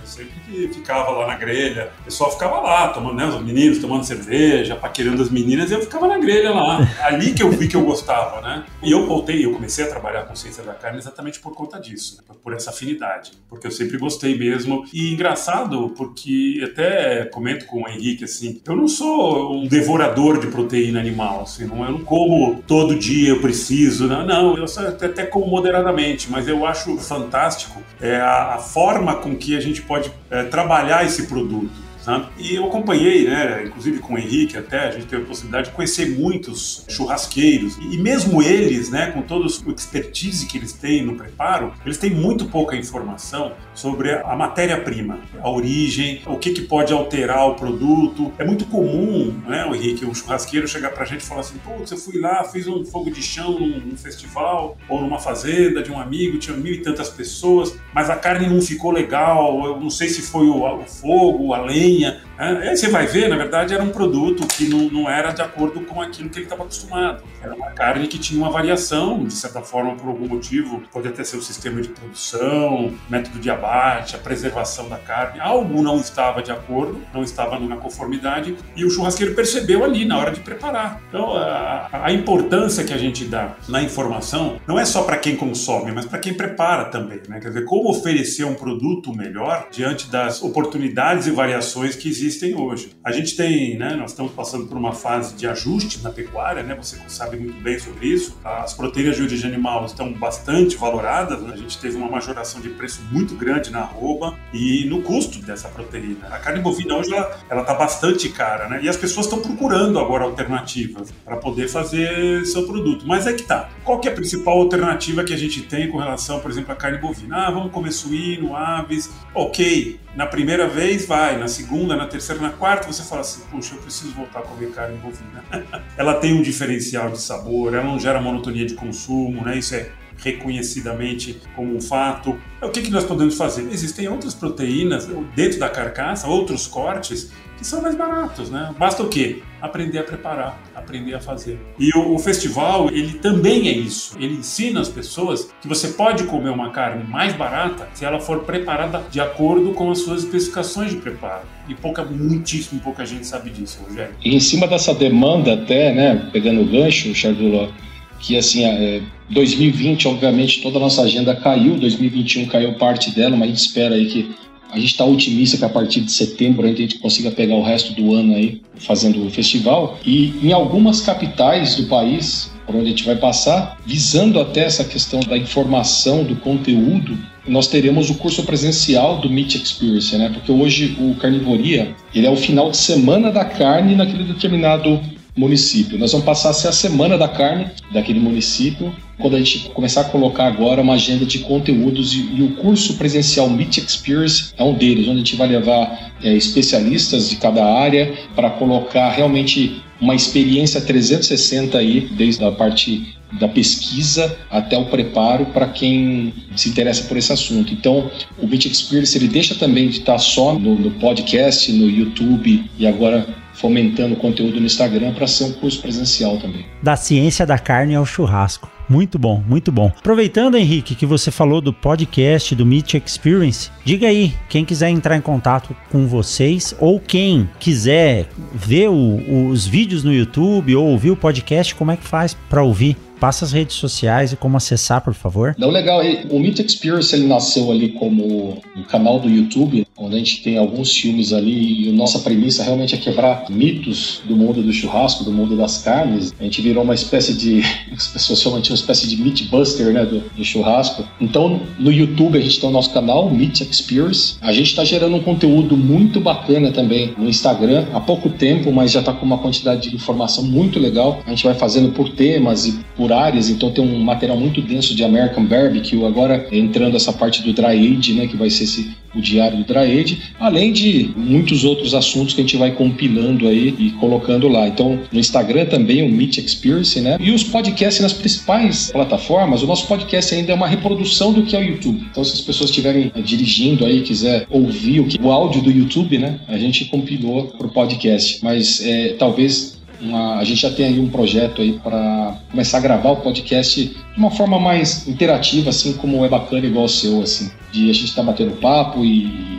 sempre ficava lá na grelha, o pessoal ficava lá, tomando, né, os meninos tomando cerveja, paquerando as meninas, e eu ficava na grelha lá. Ali que eu vi que eu gostava, né? E eu voltei, eu comecei a trabalhar com ciência da carne exatamente por conta disso, por essa afinidade, porque eu sempre gostei mesmo. E engraçado, porque até comento com o Henrique, assim, eu não sou um devorador de proteína animal, assim, não, eu não como todo dia, eu preciso, não, não eu até, até como moderadamente, mas eu acho fantástico é, a, a forma com que a gente pode é, trabalhar esse produto. E eu acompanhei, né, inclusive com o Henrique até, a gente teve a possibilidade de conhecer muitos churrasqueiros e mesmo eles, né, com todo o expertise que eles têm no preparo, eles têm muito pouca informação sobre a matéria-prima, a origem, o que, que pode alterar o produto. É muito comum, né, o Henrique, um churrasqueiro chegar pra gente e falar assim, putz, eu fui lá, fiz um fogo de chão num, num festival ou numa fazenda de um amigo, tinha mil e tantas pessoas, mas a carne não ficou legal, eu não sei se foi o, o fogo, a lenha. Aí você vai ver, na verdade, era um produto que não, não era de acordo com aquilo que ele estava acostumado. Era uma carne que tinha uma variação, de certa forma, por algum motivo. Pode até ser o sistema de produção, método de abate, a preservação da carne. Algo não estava de acordo, não estava na conformidade, e o churrasqueiro percebeu ali na hora de preparar. Então, a, a importância que a gente dá na informação não é só para quem consome, mas para quem prepara também, né? Quer dizer, como oferecer um produto melhor diante das oportunidades e variações que existem hoje. A gente tem, né, nós estamos passando por uma fase de ajuste na pecuária, né, você sabe muito bem sobre isso. As proteínas de origem animal estão bastante valoradas, né? A gente teve uma majoração de preço muito grande na arroba e no custo dessa proteína. A carne bovina hoje ela está bastante cara, né, e as pessoas estão procurando agora alternativas para poder fazer seu produto. Mas é que tá. Qual que é a principal alternativa que a gente tem com relação, por exemplo, à carne bovina? Ah, vamos comer suíno, aves, ok. Na primeira vez vai, na segunda, na terceira, na quarta, você fala assim, puxa, eu preciso voltar a comer carne bovina. Ela tem um diferencial de sabor, ela não gera monotonia de consumo, né? Isso é reconhecidamente como um fato. O que, que nós podemos fazer? Existem outras proteínas dentro da carcaça, outros cortes, que são mais baratos, né? Basta o quê? Aprender a preparar, aprender a fazer. E o, o festival, ele também é isso. Ele ensina as pessoas que você pode comer uma carne mais barata se ela for preparada de acordo com as suas especificações de preparo. E pouca, muitíssimo pouca gente sabe disso, Rogério. E em cima dessa demanda até, né, pegando o gancho, Chardula, que assim, é, dois mil e vinte, obviamente, toda a nossa agenda caiu, dois mil e vinte e um caiu parte dela, mas a gente espera aí que a gente está otimista que a partir de setembro a gente consiga pegar o resto do ano aí fazendo o festival. E em algumas capitais do país, por onde a gente vai passar, visando até essa questão da informação, do conteúdo, nós teremos o curso presencial do Meat Experience, né? Porque hoje o Carnivoria, ele é o final de semana da carne naquele determinado município. Nós vamos passar a ser a semana da carne daquele município, quando a gente começar a colocar agora uma agenda de conteúdos, e, e o curso presencial Meat Experience é um deles, onde a gente vai levar é, especialistas de cada área para colocar realmente uma experiência trezentos e sessenta aí, desde a parte da pesquisa até o preparo para quem se interessa por esse assunto. Então, o Meat Experience ele deixa também de estar só no, no podcast, no YouTube e agora fomentando conteúdo no Instagram para ser um curso presencial também. Da ciência da carne ao churrasco. Muito bom, muito bom. Aproveitando, Henrique, que você falou do podcast do Meat Experience, diga aí, quem quiser entrar em contato com vocês ou quem quiser ver o, os vídeos no YouTube ou ouvir o podcast, como é que faz para ouvir? Passa as redes sociais e como acessar, por favor. Não, legal. O Meat Experience ele nasceu ali como um canal do YouTube, onde a gente tem alguns filmes ali e a nossa premissa realmente é quebrar mitos do mundo do churrasco, do mundo das carnes. A gente virou uma espécie de, as pessoas chamam de uma espécie de meatbuster, né, do, do churrasco. Então, no YouTube a gente tem o nosso canal, Meat Experience. A gente está gerando um conteúdo muito bacana também no Instagram, há pouco tempo, mas já está com uma quantidade de informação muito legal. A gente vai fazendo por temas e por áreas, então tem um material muito denso de American Barbecue, agora entrando essa parte do Dry Age, né, que vai ser esse, o diário do Dry Age, além de muitos outros assuntos que a gente vai compilando aí e colocando lá. Então, no Instagram também o Meat Experience, né, e os podcasts nas principais plataformas. O nosso podcast ainda é uma reprodução do que é o YouTube. Então, se as pessoas estiverem dirigindo aí, quiser ouvir o, que, o áudio do YouTube, né, a gente compilou para o podcast, mas é, talvez Uma, a gente já tem aí um projeto aí para começar a gravar o podcast de uma forma mais interativa, assim como é bacana igual o seu, assim, de a gente estar tá batendo papo e,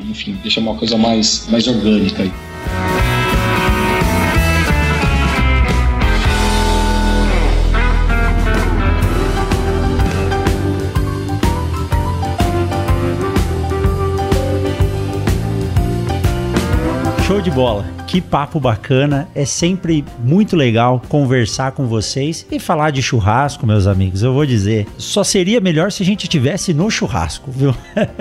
enfim, deixa uma coisa mais, mais orgânica aí. Show de bola. Que papo bacana, é sempre muito legal conversar com vocês e falar de churrasco, meus amigos. Eu vou dizer, só seria melhor se a gente estivesse no churrasco, viu?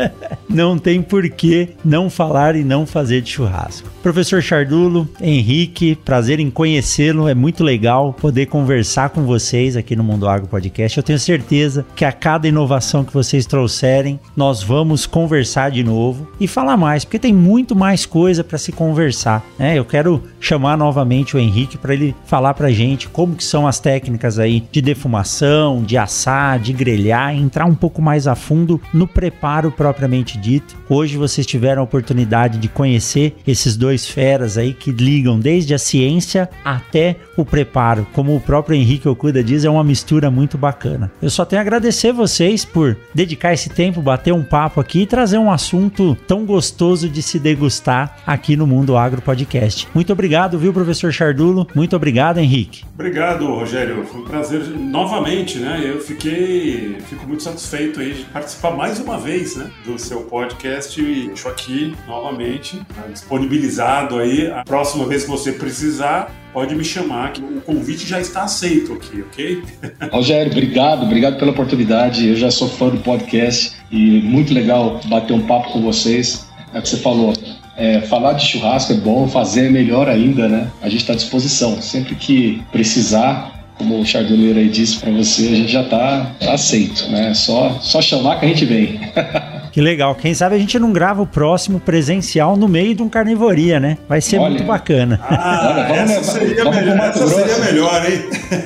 Não tem por que não falar e não fazer de churrasco. Professor Chardulo, Henrique, prazer em conhecê-lo, é muito legal poder conversar com vocês aqui no Mundo Agro Podcast. Eu tenho certeza que a cada inovação que vocês trouxerem, nós vamos conversar de novo e falar mais, porque tem muito mais coisa para se conversar, né? Eu quero chamar novamente o Henrique para ele falar pra gente como que são as técnicas aí de defumação, de assar, de grelhar, entrar um pouco mais a fundo no preparo propriamente dito. Hoje vocês tiveram a oportunidade de conhecer esses dois feras aí que ligam desde a ciência até o preparo. Como o próprio Henrique Okuda diz, é uma mistura muito bacana. Eu só tenho a agradecer vocês por dedicar esse tempo, bater um papo aqui e trazer um assunto tão gostoso de se degustar aqui no Mundo Agro Podcast. Muito obrigado, viu, professor Chardulo? Muito obrigado, Henrique. Obrigado, Rogério. Foi um prazer novamente, né? Eu fiquei, fico muito satisfeito aí de participar mais uma vez, né, do seu podcast e deixo aqui novamente, né, disponibilizado aí. A próxima vez que você precisar, pode me chamar, que o convite já está aceito aqui, ok? Rogério, obrigado, obrigado pela oportunidade. Eu já sou fã do podcast e muito legal bater um papo com vocês. É o que você falou. É, falar de churrasco é bom, fazer é melhor ainda, né? A gente está à disposição. Sempre que precisar, como o Charduleiro aí disse para você, a gente já está aceito, né? Só, só chamar que a gente vem. Que legal. Quem sabe a gente não grava o próximo presencial no meio de um carnivoria, né? Vai ser Olha. muito bacana. Ah, Olha, vamos essa, seria, vamos melhor, essa seria melhor, hein?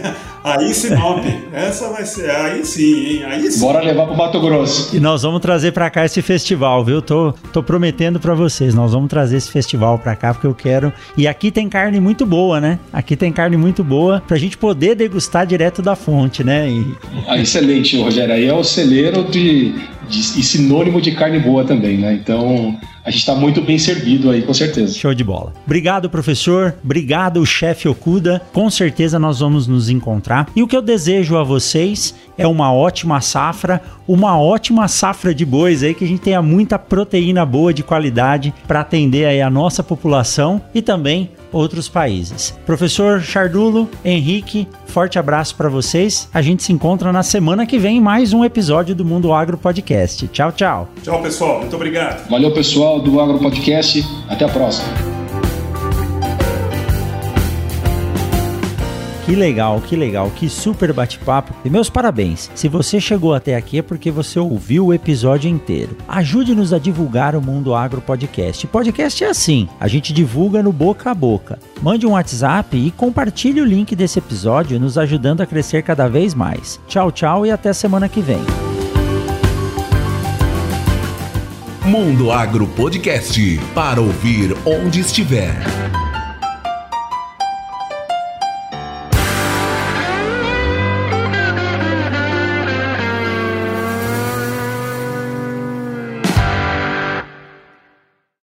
Aí Sinop, essa vai ser, aí sim, hein? Aí sim. Bora levar pro Mato Grosso. E nós vamos trazer pra cá esse festival, viu? Tô, tô prometendo pra vocês, nós vamos trazer esse festival pra cá, porque eu quero... E aqui tem carne muito boa, né? Aqui tem carne muito boa pra gente poder degustar direto da fonte, né? E... Ah, excelente, Rogério. Aí é o celeiro de, de, e sinônimo de carne boa também, né? Então... a gente está muito bem servido aí, com certeza. Show de bola. Obrigado, professor. Obrigado, chefe Okuda. Com certeza nós vamos nos encontrar. E o que eu desejo a vocês é uma ótima safra, uma ótima safra de bois aí, que a gente tenha muita proteína boa de qualidade para atender aí a nossa população e também outros países. Professor Chardulo, Henrique, forte abraço para vocês. A gente se encontra na semana que vem em mais um episódio do Mundo Agro Podcast. Tchau, tchau. Tchau, pessoal. Muito obrigado. Valeu, pessoal do Agro Podcast. Até a próxima. Que legal, que legal, que super bate-papo. E meus parabéns. Se você chegou até aqui é porque você ouviu o episódio inteiro. Ajude-nos a divulgar o Mundo Agro Podcast. Podcast é assim, a gente divulga no boca a boca. Mande um WhatsApp e compartilhe o link desse episódio, nos ajudando a crescer cada vez mais. Tchau, tchau e até semana que vem. Mundo Agro Podcast, para ouvir onde estiver.